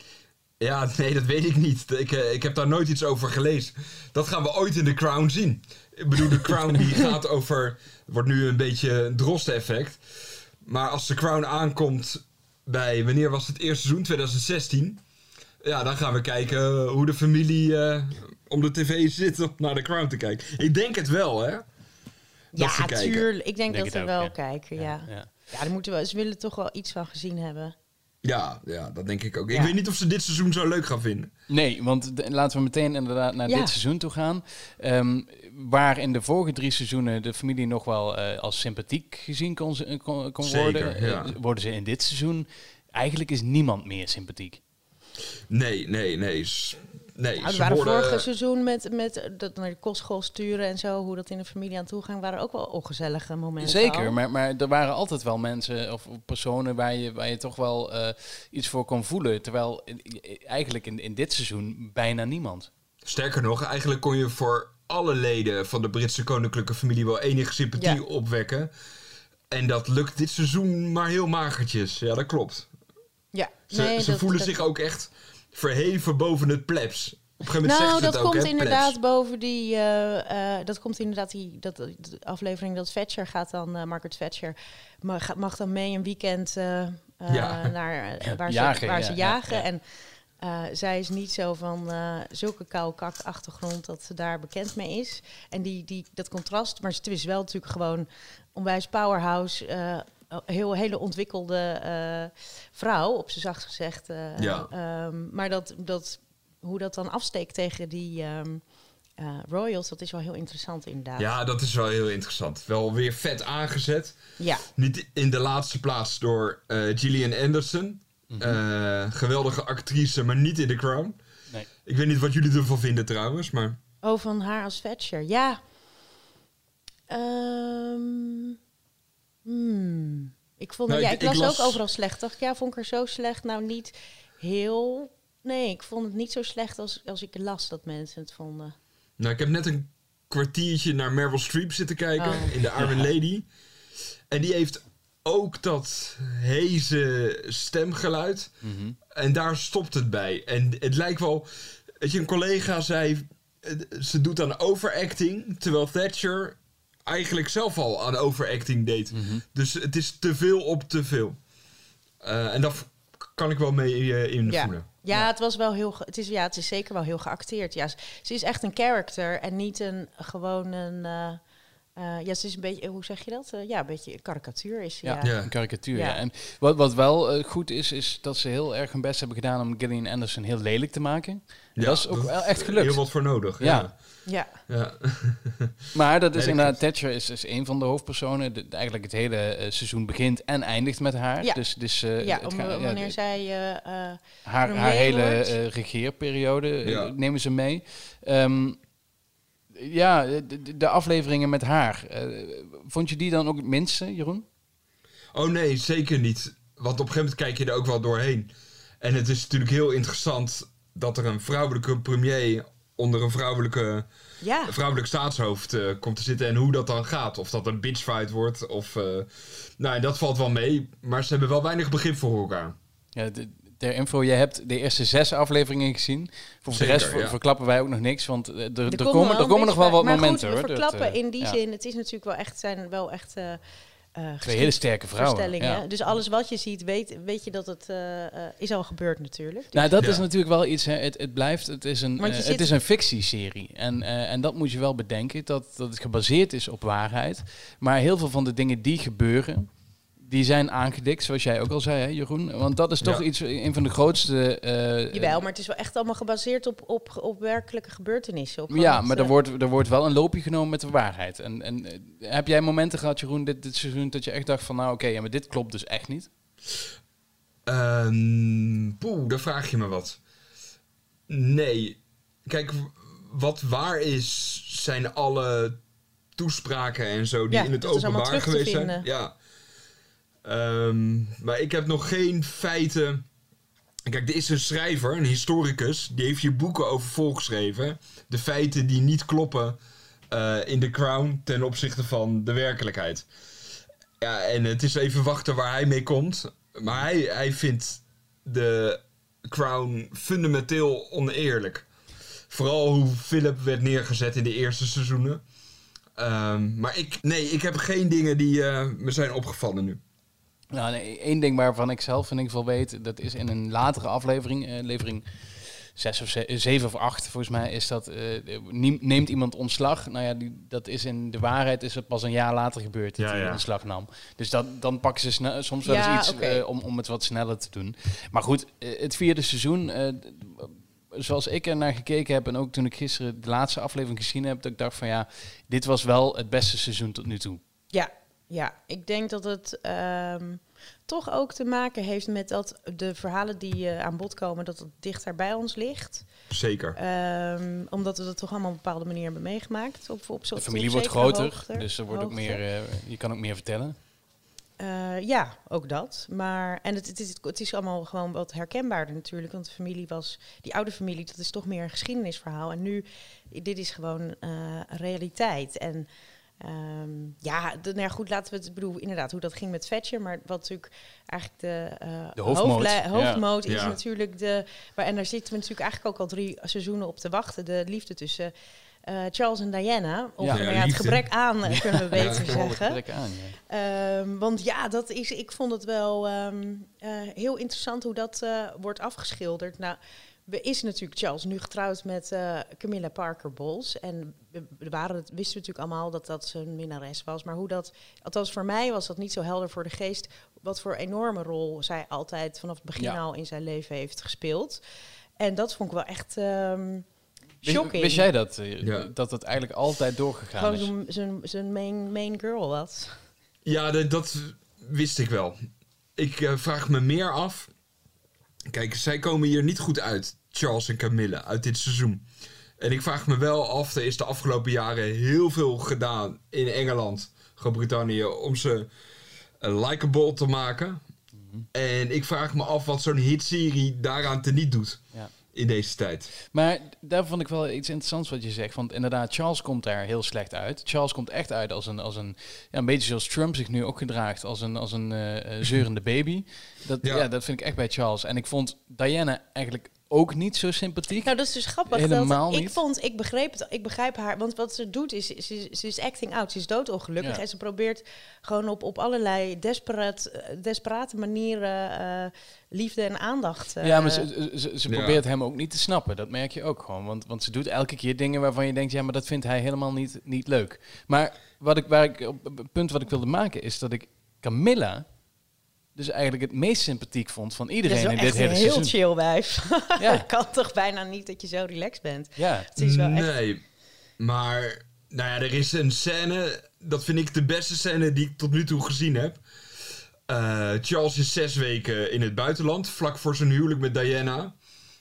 Ja, nee, dat weet ik niet. Ik, uh, ik heb daar nooit iets over gelezen. Dat gaan we ooit in The Crown zien. Ik bedoel, The Crown die gaat over... Het wordt nu een beetje een Drosten-effect. Maar als The Crown aankomt bij... Wanneer was het eerste seizoen? twintig zestien. Ja, dan gaan we kijken hoe de familie uh, om de tv zit om naar The Crown te kijken. Ik denk het wel, hè? Ja, tuurlijk. Ik denk, denk dat ze ook, wel ja. kijken, ja. Ja, ja. ja dan moeten we, ze willen toch wel iets van gezien hebben. Ja, ja, dat denk ik ook. Ik ja. weet niet of ze dit seizoen zo leuk gaan vinden. Nee, want de, laten we meteen inderdaad naar ja. dit seizoen toe gaan. Um, waar in de vorige drie seizoenen de familie nog wel uh, als sympathiek gezien kon, kon, kon Zeker, worden, ja. uh, worden ze in dit seizoen... Eigenlijk is niemand meer sympathiek. Nee, nee, nee. Nee, nou, ze waren worden... vorige seizoen met, met dat naar de kostschool sturen en zo, hoe dat in de familie aan toe ging, waren ook wel ongezellige momenten. Zeker, maar, maar er waren altijd wel mensen of personen waar je, waar je toch wel uh, iets voor kon voelen. Terwijl eigenlijk in, in dit seizoen bijna niemand. Sterker nog, eigenlijk kon je voor alle leden van de Britse koninklijke familie wel enige sympathie ja. opwekken. En dat lukt dit seizoen maar heel magertjes. Ja, dat klopt. Ja, ze nee, ze dat, voelen dat... zich ook echt verheven boven het plebs. Op een gegeven moment nou, zegt dat het ook, komt hè, inderdaad plebs. boven die... Uh, uh, dat komt inderdaad die dat, de aflevering dat Thatcher gaat dan... Uh, Margaret Thatcher mag, mag dan mee een weekend uh, uh, ja. naar uh, waar, jagen, ze, waar ja, ze jagen. Ja, ja. En uh, zij is niet zo van uh, zulke koude kak achtergrond dat ze daar bekend mee is. En die, die, dat contrast, maar ze is wel natuurlijk gewoon onwijs powerhouse... Uh, heel hele ontwikkelde uh, vrouw, op z'n zacht gezegd. Uh, ja. um, maar dat, dat, hoe dat dan afsteekt tegen die um, uh, royals, dat is wel heel interessant inderdaad. Ja, dat is wel heel interessant. Wel weer vet aangezet. Ja. Niet in de laatste plaats door uh, Gillian Anderson. Mm-hmm. Uh, geweldige actrice, maar niet in The Crown. Nee. Ik weet niet wat jullie ervan vinden trouwens, maar... Oh, van haar als Thatcher. Ja. Um... Hmm. Ik vond nou, ja, ik, ik las, ik las ook overal slecht. Dacht ik, ja, vond ik er zo slecht? Nou, niet heel... Nee, ik vond het niet zo slecht als, als ik las dat mensen het vonden. Nou, ik heb net een kwartiertje naar Meryl Streep zitten kijken oh. in The Iron Lady. En die heeft ook dat heze stemgeluid. Mm-hmm. En daar stopt het bij. En het lijkt wel... Weet je, een collega zei... Ze doet aan overacting, terwijl Thatcher... eigenlijk zelf al aan overacting deed. Mm-hmm. Dus het is te veel op te veel. Uh, en daar kan ik wel mee uh, invoelen. Ja. Ja, het was wel heel. Ge- het is ja, het is zeker wel heel geacteerd. Ja, ze is echt een character en niet een gewoon een. Uh, uh, ja, ze is een beetje. Hoe zeg je dat? Uh, ja, een beetje een karikatuur is. Ja, ja. ja. een karikatuur. Ja. Ja. En wat, wat wel uh, goed is, is dat ze heel erg hun best hebben gedaan om Gillian Anderson heel lelijk te maken. Ja, dat is ook dat wel echt gelukt. Heel wat voor nodig. Ja. ja. Ja. ja. Maar dat is nee, inderdaad, Thatcher is, is een van de hoofdpersonen. De, eigenlijk het hele uh, seizoen begint en eindigt met haar. Ja, Dus, dus, uh, ja het om, ga, wanneer ja, zij uh, uh, haar, haar hele uh, regeerperiode ja. uh, nemen ze mee. Um, ja, de, de afleveringen met haar. Uh, vond je die dan ook het minste, Jeroen? Oh nee, zeker niet. Want op een gegeven moment kijk je er ook wel doorheen. En het is natuurlijk heel interessant dat er een vrouwelijke premier onder een vrouwelijke, ja. vrouwelijk staatshoofd uh, komt te zitten. En hoe dat dan gaat. Of dat een bitchfight wordt. Of, uh, nou, dat valt wel mee. Maar ze hebben wel weinig begrip voor elkaar. Ja, de, ter info, je hebt de eerste zes afleveringen gezien. Voor Zeker, de rest ja. verklappen wij ook nog niks. Want er, er, er komen, komen, er komen nog wel wat maar momenten. Goed, we hoor, verklappen dat, uh, in die ja. zin. Het is natuurlijk wel echt, zijn wel echt... Uh, Uh, Twee hele sterke vrouwen. Ja. Dus alles wat je ziet, weet, weet je dat het uh, uh, is al gebeurd natuurlijk. Dus nou, dat ja. is natuurlijk wel iets. Hè. Het, het blijft, het is een, uh, zit... het is een fictieserie. En, uh, en dat moet je wel bedenken, dat, dat het gebaseerd is op waarheid. Maar heel veel van de dingen die gebeuren, die zijn aangedikt, zoals jij ook al zei, hè, Jeroen. Want dat is toch ja. iets, een van de grootste... Uh, Jawel, maar het is wel echt allemaal gebaseerd op, op, op werkelijke gebeurtenissen. Op ja, het, maar er uh, wordt, er wordt wel een loopje genomen met de waarheid. En, en uh, heb jij momenten gehad, Jeroen, dit, dit seizoen, dat je echt dacht van, nou oké, okay, ja, maar dit klopt dus echt niet? Um, poeh, daar vraag je me wat. Nee. Kijk, wat waar is, zijn alle toespraken en zo die ja, in het dat is allemaal openbaar terug te geweest zijn. vinden. Ja. Um, maar ik heb nog geen feiten. Kijk, er is een schrijver, een historicus, die heeft hier boeken over volgeschreven. De feiten die niet kloppen uh, in The Crown ten opzichte van de werkelijkheid. Ja, en het is even wachten waar hij mee komt. Maar hij, hij vindt de Crown fundamenteel oneerlijk. Vooral hoe Philip werd neergezet in de eerste seizoenen. Um, maar ik, nee, ik heb geen dingen die uh, me zijn opgevallen nu. Nou, nee, één ding waarvan ik zelf in ieder geval weet, dat is in een latere aflevering, uh, levering zes of ze, zeven of acht, volgens mij, is dat, uh, neemt iemand ontslag. Nou ja, die, dat is in de waarheid is het pas een jaar later gebeurd dat ja, hij ja. ontslag nam. Dus dat, dan pakken ze snel, soms wel Ja, eens iets okay. uh, om, om het wat sneller te doen. Maar goed, uh, het vierde seizoen, uh, zoals ik er naar gekeken heb en ook toen ik gisteren de laatste aflevering gezien heb, dat ik dacht van ja, dit was wel het beste seizoen tot nu toe. Ja, ja. Ik denk dat het um, toch ook te maken heeft met dat de verhalen die uh, aan bod komen, dat het dichter bij ons ligt. Zeker. Um, omdat we dat toch allemaal op een bepaalde manier hebben meegemaakt. Op, op, De familie op wordt zekere groter, hoogte, dus er wordt ook hoogte. meer, uh, je kan ook meer vertellen. Uh, ja, ook dat. Maar, en het, het, is, het is allemaal gewoon wat herkenbaarder natuurlijk. Want de familie was, die oude familie, dat is toch meer een geschiedenisverhaal. En nu, dit is gewoon uh, realiteit. En um, ja, de, nou ja, goed, laten we het, ik bedoel, inderdaad, hoe dat ging met Thatcher. Maar wat natuurlijk eigenlijk de, uh, de hoofdmoot, hoofdle- hoofdmoot ja. is Ja. natuurlijk de... Waar, en daar zitten we natuurlijk eigenlijk ook al drie seizoenen op te wachten. De liefde tussen Uh, Charles en Diana. Of Ja. nou ja, Ja, het liefde. gebrek aan, uh, kunnen we beter Ja, zeggen. gebrek aan, ja. Um, want ja, dat is, ik vond het wel um, uh, heel interessant hoe dat uh, wordt afgeschilderd. Nou, we is natuurlijk Charles nu getrouwd met uh, Camilla Parker Bowles. En we, we waren het, wisten we natuurlijk allemaal dat dat zijn minnares was. Maar hoe dat, althans voor mij was dat niet zo helder voor de geest. Wat voor enorme rol zij altijd vanaf het begin Ja. al in zijn leven heeft gespeeld. En dat vond ik wel echt... Um, Wist, shocking. wist jij dat? Uh, Ja. Dat het eigenlijk altijd doorgegaan Gewoon is? zijn- zijn- zijn main, main girl was. Ja, dat, dat wist ik wel. Ik uh, vraag me meer af. Kijk, zij komen hier niet goed uit, Charles en Camilla, uit dit seizoen. En ik vraag me wel af, er is de afgelopen jaren heel veel gedaan in Engeland, Groot-Brittannië, om ze uh, likable te maken. Mm-hmm. En ik vraag me af wat zo'n hitserie daaraan teniet doet. Ja. In deze tijd. Maar daar vond ik wel iets interessants wat je zegt. Want inderdaad, Charles komt daar heel slecht uit. Charles komt echt uit als een, als een, ja, een beetje zoals Trump zich nu ook gedraagt. Als een, als een uh, zeurende baby. Dat, ja. Ja. dat vind ik echt bij Charles. En ik vond Diana eigenlijk ook niet zo sympathiek. Nou, dat is dus grappig. Helemaal dat, niet. Ik vond, ik begreep het, ik begrijp haar. Want wat ze doet is, ze, ze is acting out. Ze is doodongelukkig. Ja. En ze probeert gewoon op, op allerlei desperaat, desperate manieren uh, liefde en aandacht. Uh, Ja, maar ze, ze, ze Ja. probeert hem ook niet te snappen. Dat merk je ook gewoon. Want, want ze doet elke keer dingen waarvan je denkt... ja, maar dat vindt hij helemaal niet, niet leuk. Maar wat ik, waar ik, op het punt wat ik wilde maken... is dat ik Camilla dus eigenlijk het meest sympathiek vond van dat iedereen is wel in echt dit hele een heel seizoen. chill wijf. Ja. Het kan toch bijna niet dat je zo relaxed bent. Ja. Het is wel echt... Nee, maar nou ja, er is een scène, dat vind ik de beste scène die ik tot nu toe gezien heb. Uh, Charles is zes weken in het buitenland, vlak voor zijn huwelijk met Diana.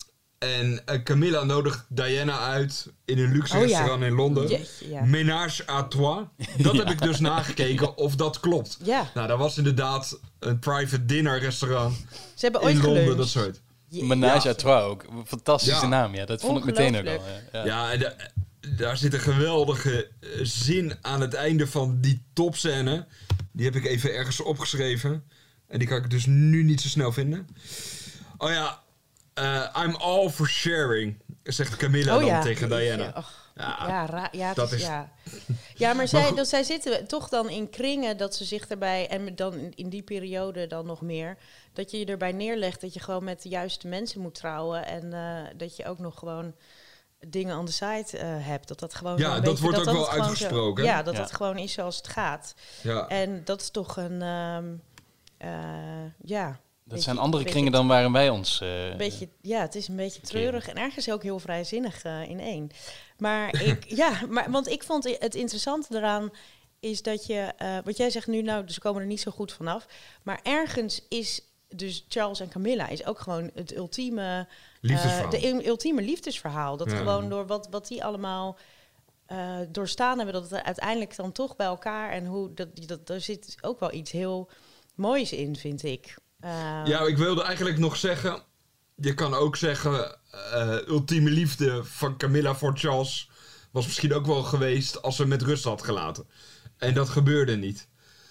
En uh, Camilla nodigt Diana uit in een luxe Oh, ja. restaurant in Londen. Jeetje, ja. Ménage à trois. Dat Ja. heb ik dus nagekeken of dat klopt. Ja, Nou, dat was inderdaad een private dinner restaurant ze hebben ooit in Londen, geluncht. dat soort. Menage à Trois ook. Fantastische ja. naam, ja. Dat vond ik meteen ook al. Ja, ja en de, daar zit een geweldige zin aan het einde van die topscène. Die heb ik even ergens opgeschreven. En die kan ik dus nu niet zo snel vinden. Oh ja, uh, I'm all for sharing, zegt Camilla oh, dan ja. tegen Diana. Oh. Ja, ja, ra- ja, dat is, ja. ja, maar zij, dat, zij zitten toch dan in kringen dat ze zich erbij... en dan in, in die periode dan nog meer... dat je je erbij neerlegt dat je gewoon met de juiste mensen moet trouwen... en uh, dat je ook nog gewoon dingen on the side uh, hebt. Dat dat gewoon ja, dat beetje, wordt dat ook dat wel uitgesproken. Zo, ja, dat ja. dat gewoon is zoals het gaat. Ja. En dat is toch een... Um, uh, ja... Dat zijn andere kringen dan waarin wij ons... Uh, een beetje, ja, het is een beetje treurig keren. En ergens ook heel vrijzinnig uh, in één. Maar ik, ja, maar, want ik vond het interessante eraan is dat je... Uh, wat jij zegt nu, nou, dus ze komen er niet zo goed vanaf. Maar ergens is dus Charles en Camilla is ook gewoon het ultieme... Liefdesverhaal. Uh, de ultieme liefdesverhaal. Dat ja. gewoon door wat, wat die allemaal... Uh, doorstaan hebben, dat het uiteindelijk dan toch bij elkaar... en hoe dat, dat, daar zit ook wel iets heel moois in, vind ik... Uh, ja, ik wilde eigenlijk nog zeggen... Je kan ook zeggen... Uh, ultieme liefde van Camilla voor Charles... was misschien ook wel geweest... als ze met rust had gelaten. En dat gebeurde niet.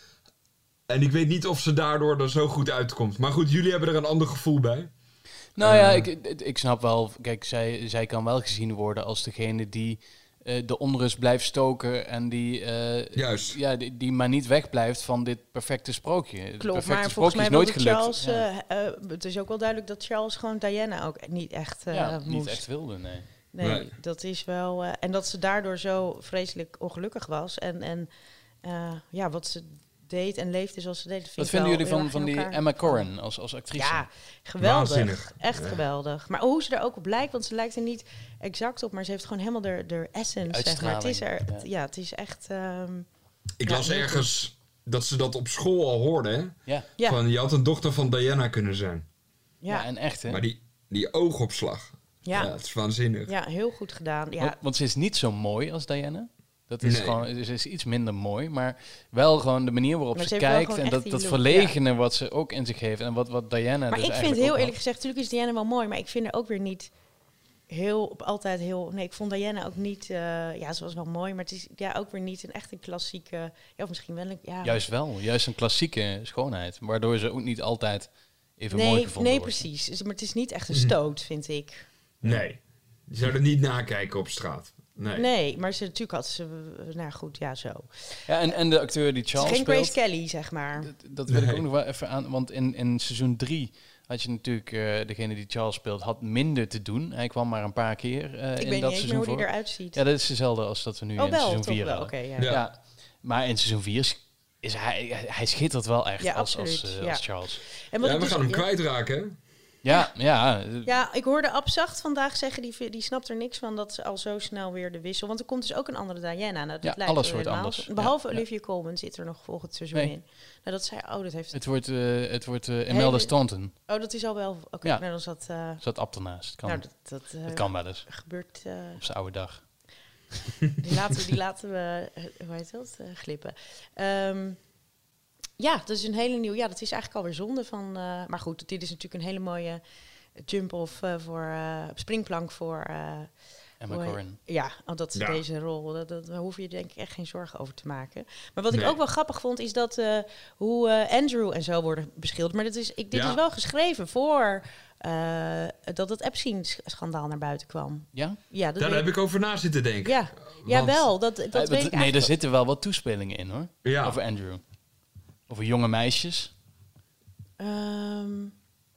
En ik weet niet of ze daardoor er zo goed uitkomt. Maar goed, jullie hebben er een ander gevoel bij. Nou uh, ja, ik, ik snap wel... Kijk, zij, zij kan wel gezien worden als degene die... Uh, de onrust blijft stoken en die, uh, Juist. Ja, die, die maar niet wegblijft van dit perfecte sprookje. Het Klopt, perfecte maar sprookje volgens is mij nooit gelukt. Charles, ja. uh, uh, het is ook wel duidelijk dat Charles gewoon Diana ook niet echt uh, ja, moest. niet echt wilde, nee. Nee, nee. dat is wel... Uh, en dat ze daardoor zo vreselijk ongelukkig was. En, en uh, ja, wat ze deed en leefde zoals ze deed. Vind wat vinden jullie van, van die Emma Corrin als, als actrice? Ja, geweldig. Waanzinnig. Echt ja. geweldig. Maar hoe ze er ook op lijkt, want ze lijkt er niet exact op, maar ze heeft gewoon helemaal de, de essence, zeg maar. Het is er, ja. ja, het is echt... Um, Ik ja, las ergens goed. dat ze dat op school al hoorde, hè? Ja. ja. Van, je had een dochter van Diana kunnen zijn. Ja, ja en echt, hè? Maar die, die oogopslag, ja. ja, het is waanzinnig. Ja, heel goed gedaan. Ja. Want, want ze is niet zo mooi als Diana. Dat is nee. gewoon, ze is iets minder mooi, maar wel gewoon de manier waarop ze, ze kijkt en dat, dat verlegene ja. wat ze ook in zich heeft en wat, wat Diana maar dus ik vind heel eerlijk gezegd, natuurlijk is Diana wel mooi, maar ik vind haar ook weer niet heel, altijd heel, nee, ik vond Diana ook niet, uh, ja, ze was wel mooi, maar het is ja ook weer niet een echt een klassieke, ja, of misschien wel een, ja. Juist wel, juist een klassieke schoonheid, waardoor ze ook niet altijd even nee, mooi gevonden nee, wordt. Nee, precies, maar het is niet echt een stoot, vind ik. Nee, je zou er niet nakijken op straat. Nee. nee, maar ze natuurlijk had ze... Nou goed, ja, zo. Ja, en, en de acteur die Charles geen speelt... Grace Kelly, zeg maar. Dat, dat wil nee. ik ook nog wel even aan... Want in, in seizoen drie had je natuurlijk... Uh, degene die Charles speelt, had minder te doen. Hij kwam maar een paar keer uh, ik in weet dat niet seizoen hoe voor. hij eruit ziet. Ja, dat is dezelfde als dat we nu oh, in wel, seizoen toch vier wel, hadden. okay, ja. Ja. ja. Maar in seizoen vier is, is hij... Hij schittert wel echt ja, als, als, uh, ja. als Charles. En ja, we dus, gaan hem ja. kwijtraken, hè? Ja, ja. Ja, ik hoorde Abzacht vandaag zeggen, die, die snapt er niks van dat ze al zo snel weer de wissel... Want er komt dus ook een andere Diana. Nou, dat ja, alles wordt anders. Behalve ja, Olivia ja. Colman zit er nog volgend seizoen nee. in. Nou, dat zei, oh, dat heeft... Het wordt, uh, het wordt uh, Imelda Hele... Staunton. Oh, dat is al wel... Oké, okay, ja. nou, dan zat... Uh... Zat Ab ernaast. Kan, nou, dat, dat, uh, dat kan wel eens. Gebeurt... Uh... Op zijn oude dag. die, laten, die laten we, uh, hoe heet dat, uh, glippen. Um, ja, dat is een hele nieuwe... Ja, dat is eigenlijk alweer zonde van... Uh, maar goed, dit is natuurlijk een hele mooie... jump-off uh, voor uh, springplank voor... Uh, Emma Corrin. Ja, want dat is ja. deze rol. Dat, dat, daar hoef je denk ik echt geen zorgen over te maken. Maar wat nee. ik ook wel grappig vond, is dat uh, hoe uh, Andrew en zo worden beschilderd. Maar dat is, ik, dit ja. is wel geschreven voor uh, dat het Epstein-schandaal naar buiten kwam. Ja? Ja, dat daar heb ik over na zitten denken. Ja, ja wel. Dat, dat uh, weet ik nee, er zitten wel wat toespelingen in, hoor. Ja. Over Andrew. Over jonge meisjes. Um,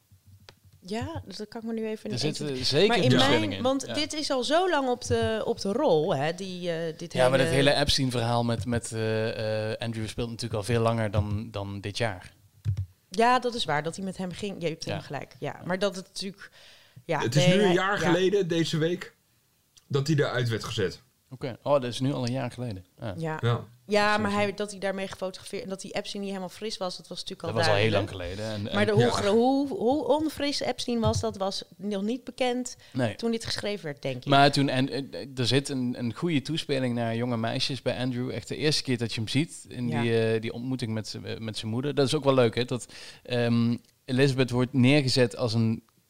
Ja, dus dat kan ik me nu even... Er zitten zeker maar in toespelingen mijn, in. Want ja. dit is al zo lang op de, op de rol, hè, die, uh, dit Ja, hele... maar het hele Epstein-verhaal met, met uh, uh, Andrew speelt natuurlijk al veel langer dan, dan dit jaar. Ja, dat is waar, dat hij met hem ging. Je hebt ja. hem gelijk, ja. Maar dat het natuurlijk... Ja, het is nee, nu een jaar ja. geleden, deze week, dat hij eruit werd gezet. Oké, okay. Oh, dat is nu al een jaar geleden. Ah. Ja, ja. ja maar hij, dat hij daarmee gefotografeerd... en dat die Epstein niet helemaal fris was, dat was natuurlijk al Dat was duidelijk. al heel lang geleden. En, en maar de, hoe, ja. hoe, hoe onfris Epstein was, dat was nog niet bekend nee. toen dit geschreven werd, denk ik. Maar toen, en er zit een, een goede toespeling naar jonge meisjes bij Andrew. Echt de eerste keer dat je hem ziet in ja. die, uh, die ontmoeting met, met zijn moeder. Dat is ook wel leuk, hè? Dat um, Elizabeth wordt neergezet als een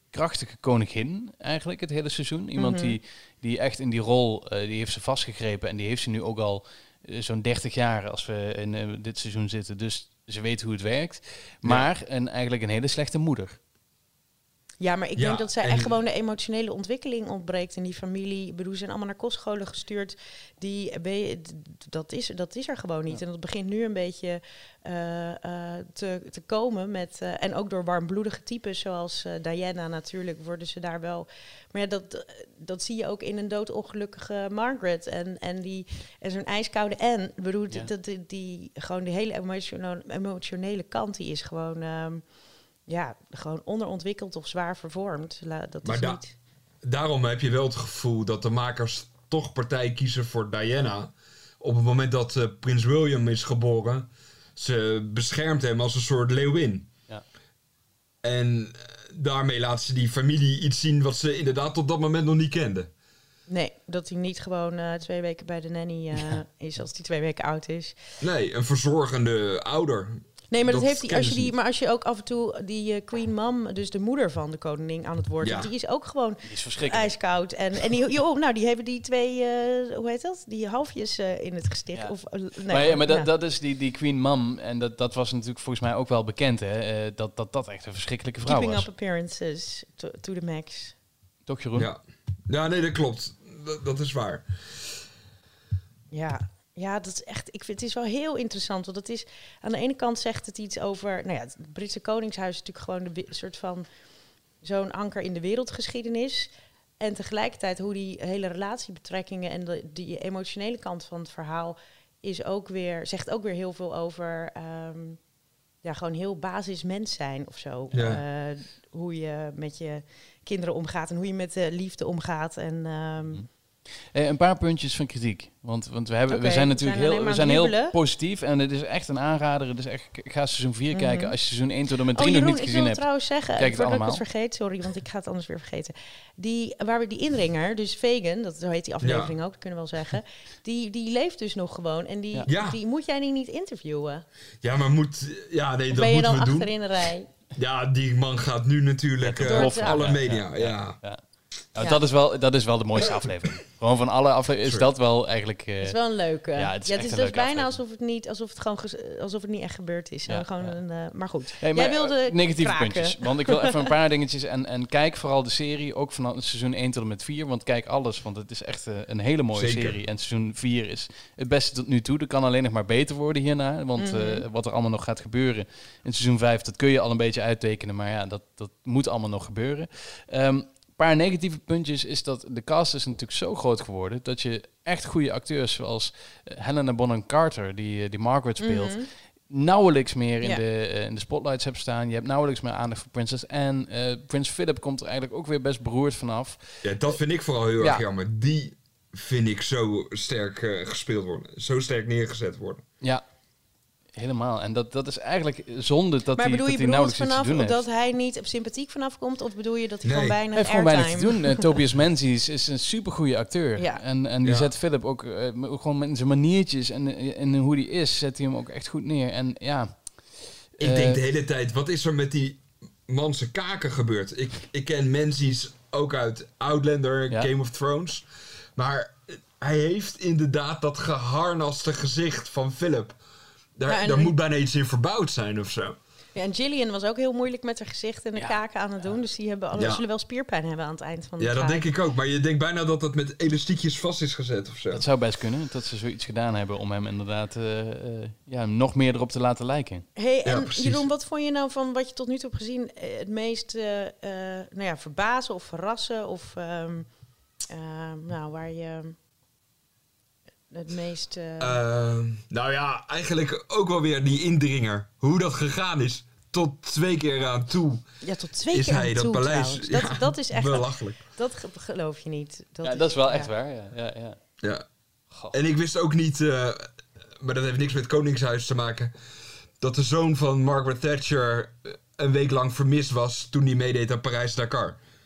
krachtige koningin eigenlijk het hele seizoen. Iemand mm-hmm. die, die echt in die rol, uh, die heeft ze vastgegrepen en die heeft ze nu ook al uh, zo'n dertig jaar als we in uh, dit seizoen zitten. Dus ze weet hoe het werkt. Maar ja. een, eigenlijk een hele slechte moeder. Ja, maar ik ja, denk dat zij echt gewoon de emotionele ontwikkeling ontbreekt in die familie. Ik bedoel, ze zijn allemaal naar kostscholen gestuurd. Die, dat, is, dat is er gewoon niet. Ja. En dat begint nu een beetje uh, uh, te, te komen. Met, uh, en ook door warmbloedige types zoals uh, Diana natuurlijk worden ze daar wel. Maar ja, dat, dat zie je ook in een doodongelukkige Margaret. En, en, die, en zo'n ijskoude Anne. Ik bedoel, ja. dat, die, die, gewoon die hele emotionele, emotionele kant, die is gewoon... Um, Ja, gewoon onderontwikkeld of zwaar vervormd. La, dat maar is da- niet... daarom heb je wel het gevoel dat de makers toch partij kiezen voor Diana. Op het moment dat uh, prins William is geboren, ze beschermt hem als een soort leeuwin. Ja. En uh, daarmee laat ze die familie iets zien wat ze inderdaad tot dat moment nog niet kenden. Nee, dat hij niet gewoon uh, twee weken bij de nanny uh, ja. is als hij twee weken oud is. Nee, een verzorgende ouder. Nee, maar dat, dat heeft hij, als je die, maar als je ook af en toe die uh, Queen Mom, dus de moeder van de koningin aan het woord, ja. die is ook gewoon is ijskoud. En, en die, joh, nou, die hebben die twee, uh, hoe heet dat? Die halfjes uh, in het gesticht. Ja. Of, uh, nee, maar ja, maar ja. dat, dat is die, die Queen Mom. En dat, dat was natuurlijk volgens mij ook wel bekend, hè? Uh, dat, dat dat echt een verschrikkelijke vrouw Keeping was. Up appearances to, to the max. Toch, Jeroen? Ja, ja nee, dat klopt. Dat, dat is waar. Ja. Ja, dat is echt. Ik vind het is wel heel interessant. Want het is aan de ene kant zegt het iets over. Nou ja, het Britse Koningshuis is natuurlijk gewoon een soort van zo'n anker in de wereldgeschiedenis. En tegelijkertijd hoe die hele relatiebetrekkingen en de, die emotionele kant van het verhaal is ook weer, zegt ook weer heel veel over um, ja, gewoon heel basis mens zijn of zo. Ja. Uh, hoe je met je kinderen omgaat en hoe je met de liefde omgaat. En um, Eh, een paar puntjes van kritiek. Want, want we, hebben, okay, we zijn natuurlijk we zijn heel, we zijn heel positief. En het is echt een aanrader. Het is echt, ga seizoen vier mm-hmm. kijken. Als je seizoen één tot en met drie oh, Jeroen, nog niet gezien hebt. Ik wil trouwens zeggen, kijk voordat het ik het vergeet, sorry, want ik ga het anders weer vergeten. Die, waar we die indringer, dus Vegan, dat, zo heet die aflevering ja. ook, dat kunnen we wel zeggen. Die, die leeft dus nog gewoon. En die, ja. die moet jij niet interviewen. Ja, maar moet... Ja, nee, of dat ben je moeten dan we achter doen. in de rij? Ja, ja, die man gaat nu natuurlijk ja, uh, op alle ja, media. Ja. ja. ja. Nou, ja. dat, is wel, dat is wel de mooiste aflevering. Gewoon van alle afleveringen is dat wel eigenlijk... Uh, het is wel een leuke. Ja, het is, ja, het is dus bijna alsof het niet, alsof het gewoon ges- alsof het niet echt gebeurd is. Ja, gewoon ja. Een, uh, maar goed. Hey, maar, jij wilde uh, negatieve kraken. puntjes. Want ik wil even een paar dingetjes. En, en kijk vooral de serie, ook vanaf seizoen één tot en met vier. Want kijk alles, want het is echt uh, een hele mooie Zeker. serie. En seizoen vier is het beste tot nu toe. Er kan alleen nog maar beter worden hierna. Want mm-hmm. uh, wat er allemaal nog gaat gebeuren in seizoen vijf, dat kun je al een beetje uittekenen. Maar ja, dat, dat moet allemaal nog gebeuren. Um, Een paar negatieve puntjes is dat de cast is natuurlijk zo groot geworden dat je echt goede acteurs zoals uh, Helena Bonham Carter, die, uh, die Margaret speelt, mm-hmm. nauwelijks meer in, ja. de, uh, in de spotlights hebt staan. Je hebt nauwelijks meer aandacht voor Princess Anne. Uh, Prins Philip komt er eigenlijk ook weer best beroerd vanaf. Ja, dat vind ik vooral heel ja. erg jammer. Die vind ik zo sterk uh, gespeeld worden. Zo sterk neergezet worden. Ja. Helemaal. En dat, dat is eigenlijk zonde dat hij nauwelijks iets te doen heeft. Dat hij niet sympathiek vanaf komt? Of bedoel je dat hij nee. gewoon bijna Hij heeft gewoon weinig te doen. Uh, Tobias Menzies is een supergoeie acteur. Ja. En, en die ja. zet Philip ook uh, gewoon met zijn maniertjes en, en hoe die is, zet hij hem ook echt goed neer. En ja... Ik uh, denk de hele tijd, wat is er met die manse kaken gebeurd? Ik, ik ken Menzies ook uit Outlander, ja. Game of Thrones. Maar hij heeft inderdaad dat geharnaste gezicht van Philip. Daar, ja, daar moet bijna iets in verbouwd zijn of zo. Ja, en Gillian was ook heel moeilijk met haar gezicht en de ja. kaken aan het doen. Dus die hebben alle, ja. zullen wel spierpijn hebben aan het eind van de Ja, dat denk ik ook. Maar je denkt bijna dat het met elastiekjes vast is gezet of zo. Dat zou best kunnen, dat ze zoiets gedaan hebben om hem inderdaad uh, uh, ja, nog meer erop te laten lijken. Hey, en ja, Jeroen, wat vond je nou van wat je tot nu toe hebt gezien het meest uh, uh, nou ja, verbazen of verrassen? Of um, uh, nou, waar je... Het meest... Uh... Uh, nou ja, eigenlijk ook wel weer die indringer. Hoe dat gegaan is. Tot twee keer aan toe. Ja, tot twee is keer hij aan dat toe paleis, dat, ja, dat is echt... belachelijk. Dat ge- geloof je niet. Dat ja, is, dat is wel ja. echt waar. Ja, ja, ja. ja. En ik wist ook niet... Uh, maar dat heeft niks met Koningshuis te maken. Dat de zoon van Margaret Thatcher een week lang vermist was toen hij meedeed aan Parijs-Dakar.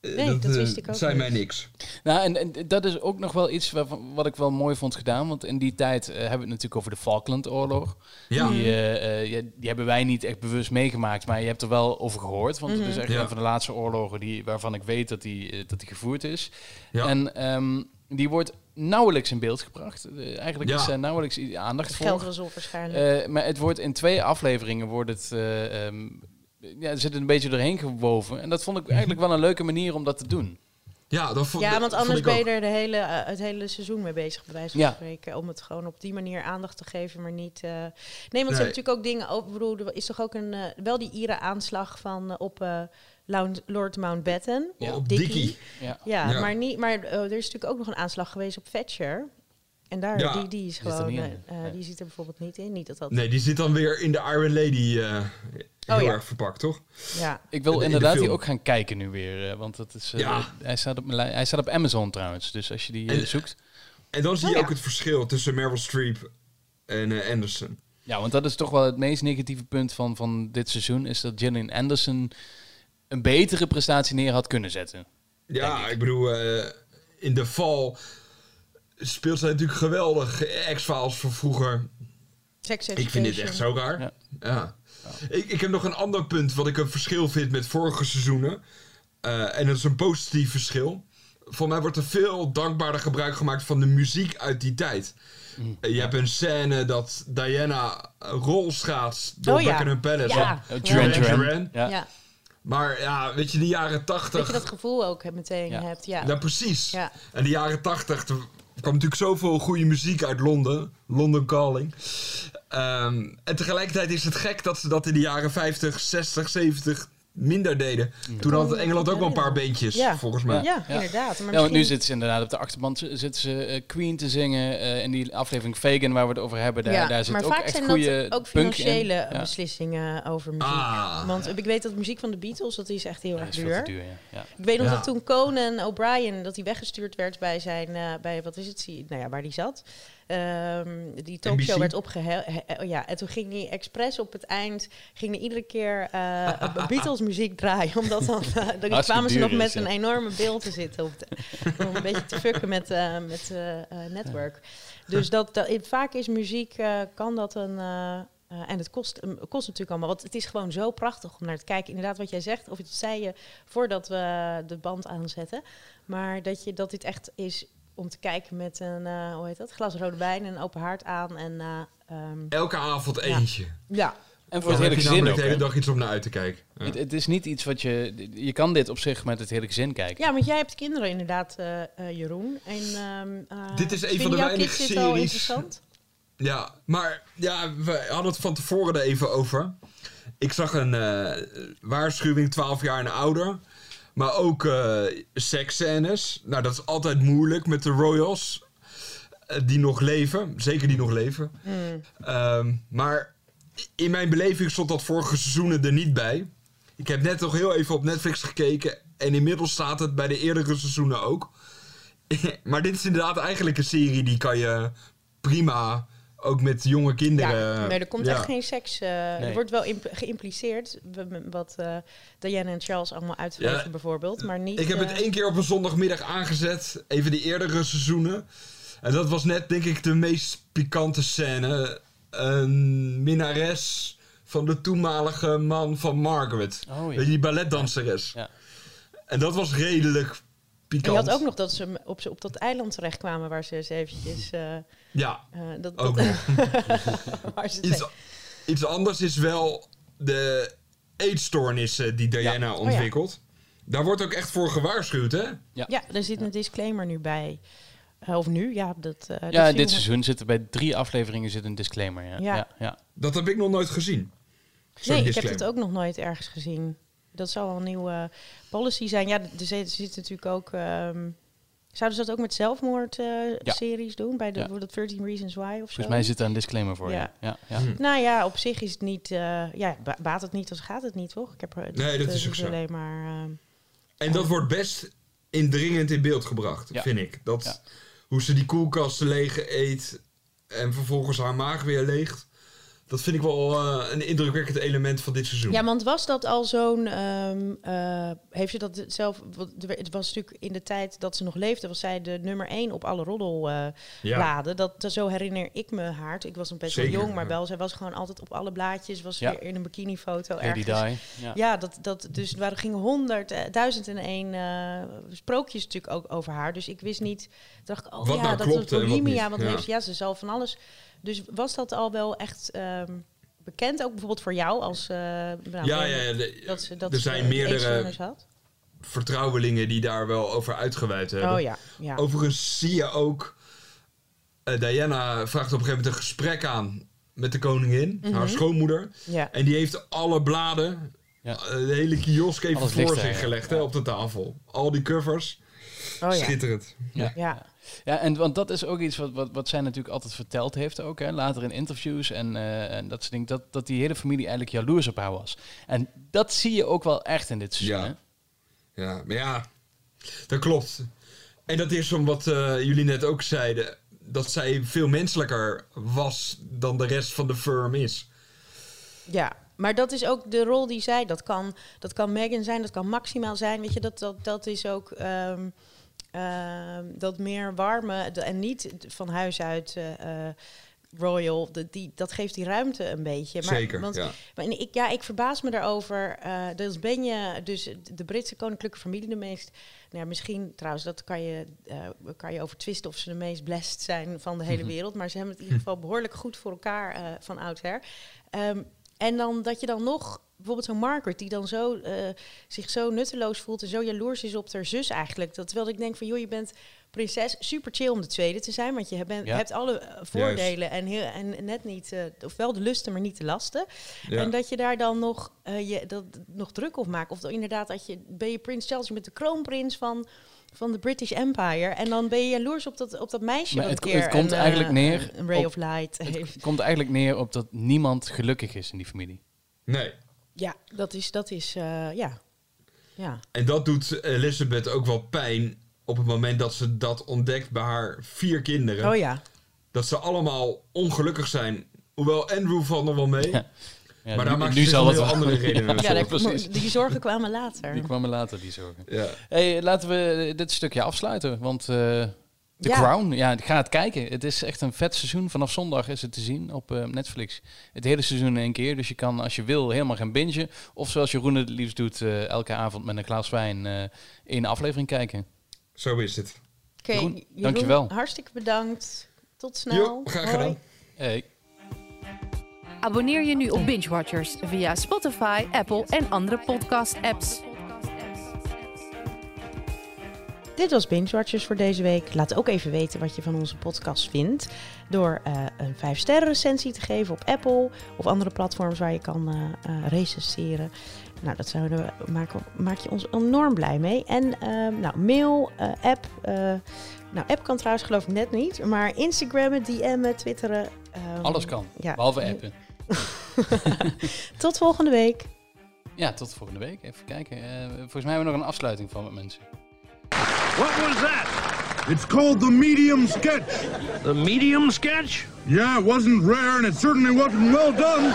Nee, dat, dat wist ik ook zei niet. mij niks. Nou, en, en dat is ook nog wel iets waarvan, wat ik wel mooi vond gedaan. Want in die tijd uh, hebben we het natuurlijk over de Falklandoorlog. Ja. Die, uh, uh, die hebben wij niet echt bewust meegemaakt, maar je hebt er wel over gehoord. Want Mm-hmm. het is echt Ja. een van de laatste oorlogen die, waarvan ik weet dat die, uh, dat die gevoerd is. Ja. En um, die wordt nauwelijks in beeld gebracht. Uh, eigenlijk Ja. is er nauwelijks i- aandacht Het voor. geld was op waarschijnlijk. Uh, maar het wordt in twee afleveringen wordt het... Uh, um, ja, er zit een beetje doorheen gewoven. En dat vond ik eigenlijk wel een leuke manier om dat te doen. Ja, dat vond, Ja, dat want vond anders ik ben je ook. er de hele, uh, het hele seizoen mee bezig, bij wijze van Ja. spreken. Om het gewoon op die manier aandacht te geven, maar niet... Uh... Nee, want ze hebben Nee. natuurlijk ook dingen... Over, bedoel, er is toch ook een... Uh, wel die Ira-aanslag van uh, op uh, Lord Mountbatten. Ja. Op Dickie. Dickie. Ja. Ja, Ja. maar, niet, maar uh, er is natuurlijk ook nog een aanslag geweest op Thatcher. En daar, Ja. die, die is Zit er gewoon... niet uh, in. uh, Nee. die zit er bijvoorbeeld niet in. Niet dat dat... Nee, die zit dan weer in de Iron Lady uh, heel Oh, ja. erg verpakt, toch? Ja. Ik wil In de inderdaad die film. ook gaan kijken nu weer. Uh, want dat is, uh, Ja. hij, staat op, mijn li- hij staat op Amazon trouwens. Dus als je die uh, En- zoekt... En dan zie Oh, je ja. ook het verschil tussen Meryl Streep en uh, Anderson. Ja, want dat is toch wel het meest negatieve punt van, van dit seizoen... is dat Gillian Anderson een betere prestatie neer had kunnen zetten. Ja, Denk ik. ik. bedoel, uh, in de val speelt zij natuurlijk geweldig. X-Files van vroeger. Sex Ik vind dit echt zo raar. Ja. Ja. Ik, ik heb nog een ander punt wat ik een verschil vind met vorige seizoenen. Uh, en dat is een positief verschil. Voor mij wordt er veel dankbaarder gebruik gemaakt van de muziek uit die tijd. Mm. Uh, je hebt een scène dat Diana rolschaats door Oh ja. Buckingham Palace. Ja. Uh, Ja. Duran Duran Duran. Duran. Ja. Ja. Maar ja, weet je, de jaren Dat tachtig... je dat gevoel ook hebt meteen Ja. hebt. Ja. Ja, precies. Ja. En de jaren tachtig, er kwam natuurlijk zoveel goede muziek uit Londen. London Calling. Um, en tegelijkertijd is het gek dat ze dat in de jaren vijftig, zestig, zeventig minder deden. Toen had Engeland ook wel een paar beentjes, Ja. volgens mij. Ja. Ja, Ja. inderdaad. Maar Ja, want nu misschien- zitten ze inderdaad op de achterban z- zitten ze uh, Queen te zingen. Uh, in die aflevering Fagin waar we het over hebben, daar, ja, daar zit maar ook vaak echt zijn goede dat ook punk financiële in. Ja. beslissingen over muziek. Ah. Want ik weet dat de muziek van de Beatles, dat is echt heel Ja, erg is veel duur. te duur, ja. Ja. Ik weet nog Ja. dat toen Conan O'Brien, dat hij weggestuurd werd bij zijn, uh, bij wat is het, zie- nou ja, waar hij zat. Um, die talkshow N B C? werd opgeheven. Oh ja, en toen ging hij expres op het eind, ging hij iedere keer uh, Beatles muziek draaien. Omdat dan, uh, dan kwamen ze duur nog is, met ja. een enorme beeld te zitten. Op de, om een beetje te fucken met, uh, met uh, uh, network. Dus dat, dat, vaak is muziek, uh, kan dat een... Uh, Uh, en het kost, um, kost natuurlijk allemaal, want het is gewoon zo prachtig om naar te kijken. Inderdaad, wat jij zegt, of dat zei je voordat we de band aanzetten. Maar dat, je, dat dit echt is om te kijken met een, uh, hoe heet dat, glas rode wijn en een open haard aan. En, uh, um, Elke avond eentje. ja, En voor Dan het heb hele je gezin namelijk ook. de hele hè. dag iets om naar uit te kijken. Ja. Het, het is niet iets wat je... Je kan dit op zich met het hele gezin kijken. ja, want jij hebt kinderen inderdaad, uh, uh, Jeroen. En, um, uh, Dit is een vinden van de jouw weinige kids dit al series- interessant? Ja, maar ja, we hadden het van tevoren er even over. Ik zag een uh, waarschuwing twaalf jaar en ouder. Maar ook uh, seksscènes. Nou, dat is altijd moeilijk met de royals. Uh, die nog leven. Zeker die nog leven. Mm. Um, maar in mijn beleving stond dat vorige seizoenen er niet bij. Ik heb net nog heel even op Netflix gekeken. En inmiddels staat het bij de eerdere seizoenen ook. Maar dit is inderdaad eigenlijk een serie die kan je prima... Ook met jonge kinderen. Ja, nee, er komt ja. echt geen seks. Uh, Nee. Er wordt wel imp- geïmpliceerd, w- m- wat uh, Diana en Charles allemaal uitgeven Ja. bijvoorbeeld, maar niet... Ik heb uh, het één keer op een zondagmiddag aangezet. Even de eerdere seizoenen. En dat was net, denk ik, de meest pikante scène. Een minnares van de toenmalige man van Margaret. Oh, ja. Weet je, die balletdanseres. Ja. En dat was redelijk En pikant. je had ook nog dat ze op, op dat eiland terechtkwamen waar ze eens eventjes... Uh, Ja, uh, dat, ook dat, nog. waar ze Iets, twee- iets anders is wel de eetstoornissen die Diana Ja. ontwikkelt. Daar wordt ook echt voor gewaarschuwd, hè? ja, er zit een disclaimer nu bij. Uh, of nu, ja. Dat, uh, dat Ja, zien dit we- seizoen zit er bij drie afleveringen zit een disclaimer. Ja. Ja. Ja. Ja. Dat heb ik nog nooit gezien. Zo'n Nee, ik heb disclaimer. het ook nog nooit ergens gezien. Dat zou wel een nieuwe policy zijn. Ja, er zit, er zit natuurlijk ook... Um, zouden ze dat ook met zelfmoordseries uh, doen? Bij de, Ja. bijvoorbeeld dertien Reasons Why of zo? Volgens mij zit daar een disclaimer voor. Ja. Ja. Ja. Ja. Hm. Nou ja, op zich is het niet... Uh, ja, ba- baat het niet, dan gaat het niet, toch? Ik heb er, Nee, dat het is ook zo. alleen maar... Uh, En dat wordt best indringend in beeld gebracht, Ja. vind ik. Dat, Ja. Hoe ze die koelkasten leeg eet en vervolgens haar maag weer leegt. Dat vind ik wel uh, een indrukwekkend element van dit seizoen. Ja, want was dat al zo'n... Um, uh, heeft je dat zelf... Het was natuurlijk in de tijd dat ze nog leefde... was zij de nummer één op alle roddelbladen. Uh, ja. dat, dat, zo herinner ik me haar. Ik was een best wel jong, maar wel... Zij was gewoon altijd op alle blaadjes. Was ja. weer in een bikinifoto ergens. Die. Ja, ja dat, dat, dus er gingen honderd, uh, duizend en één uh, sprookjes natuurlijk ook over haar. Dus ik wist niet... dacht ik, oh wat ja, nou dat klopt, was bulimia. Want ja. ja. Heeft, ja, ze zal van alles... Dus was dat al wel echt um, bekend, ook bijvoorbeeld voor jou als uh, nou, ja, ja, ja, de, dat ze dat er zijn uh, meerdere had? vertrouwelingen die daar wel over uitgeweid hebben. Oh ja, ja. Overigens zie je ook uh, Diana vraagt op een gegeven moment een gesprek aan met de koningin, mm-hmm. haar schoonmoeder, ja. en die heeft alle bladen, ja. uh, de hele kiosk even Alles voor zich gelegd ja. hè, op de tafel. Al die covers, oh, schitterend. Ja. Ja. ja. Ja, en want dat is ook iets wat, wat, wat zij natuurlijk altijd verteld heeft ook, hè, later in interviews en, uh, en dat soort dingen, dat, dat die hele familie eigenlijk jaloers op haar was. En dat zie je ook wel echt in dit seizoen, ja. hè? Ja, maar ja, dat klopt. En dat is om wat uh, jullie net ook zeiden, dat zij veel menselijker was dan de rest van de firm is. Ja, maar dat is ook de rol die zij, dat kan, dat kan Meghan zijn, dat kan Maxima zijn, weet je, dat, dat, dat is ook... Um, Uh, dat meer warme de, en niet van huis uit uh, uh, royal, de, die, dat geeft die ruimte een beetje. Maar, Zeker, want, ja. Maar ik, ja, ik verbaas me daarover. Uh, dus ben je dus de Britse koninklijke familie de meest... Nou, misschien trouwens, dat kan je, uh, kan je over twisten of ze de meest blessed zijn van de hele wereld. Maar ze hebben het in ieder geval behoorlijk goed voor elkaar uh, van oudsher. Um, en dan dat je dan nog... Bijvoorbeeld zo'n Margaret, die dan zo, uh, zich zo nutteloos voelt en zo jaloers is op haar zus eigenlijk. Dat, terwijl ik denk van, joh, je bent prinses, super chill om de tweede te zijn. Want je bent, ja. hebt alle uh, voordelen en, heel, en net niet, uh, of wel de lusten, maar niet de lasten. Ja. En dat je daar dan nog, uh, je, dat, nog druk op maakt. Of inderdaad, dat je, ben je Prins Charles, je bent de kroonprins van... van de British Empire. En dan ben je jaloers op dat, op dat meisje maar dat het, een keer het komt een, eigenlijk uh, neer een ray op, of light het heeft. komt eigenlijk neer op dat niemand gelukkig is in die familie. Nee. Ja, dat is, dat is uh, ja. ja. En dat doet Elizabeth ook wel pijn op het moment dat ze dat ontdekt bij haar vier kinderen. Oh ja. Dat ze allemaal ongelukkig zijn. Hoewel Andrew valt nog wel mee. Ja. Ja, maar daar maakt ze zal een heel andere redenen. Ja, ja daar, die zorgen kwamen later. Die kwamen later, die zorgen. Ja. Hey, laten we dit stukje afsluiten, want... Uh, The ja. Crown, ja, ga het kijken. Het is echt een vet seizoen. Vanaf zondag is het te zien op uh, Netflix. Het hele seizoen in één keer. Dus je kan, als je wil, helemaal gaan bingen. Of zoals Jeroen het liefst doet, uh, elke avond met een glas wijn uh, één aflevering kijken. Zo is het. Oké, okay, Jeroen, dankjewel. Hartstikke bedankt. Tot snel. Jo, graag gedaan. Hey. Abonneer je nu op Binge Watchers via Spotify, Apple en andere podcast-apps. Dit was Binge Watchers voor deze week. Laat ook even weten wat je van onze podcast vindt. Door uh, een vijf sterren recensie te geven op Apple of andere platforms waar je kan uh, uh, recenseren. Nou, dat zouden we, maak, maak je ons enorm blij mee. En uh, nou, mail, uh, app. Uh, nou, app kan trouwens geloof ik net niet. Maar Instagrammen, D M'en, Twitteren. Um, Alles kan, ja. behalve appen. Tot volgende week. Ja, tot volgende week. Even kijken. Uh, volgens mij hebben we nog een afsluiting van met mensen. What was that? It's called the medium sketch. The medium sketch? Yeah, it wasn't rare and it certainly wasn't well done.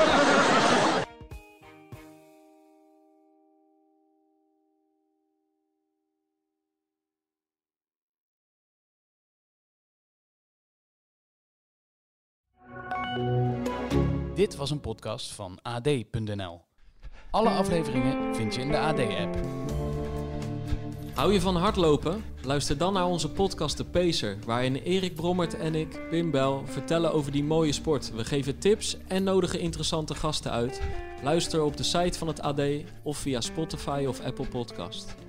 Dit was een podcast van A D punt N L. Alle afleveringen vind je in de A D-app. Hou je van hardlopen? Luister dan naar onze podcast De Pacer, waarin Erik Brommert en ik, Pim Bel, vertellen over die mooie sport. We geven tips en nodigen interessante gasten uit. Luister op de site van het A D of via Spotify of Apple Podcast.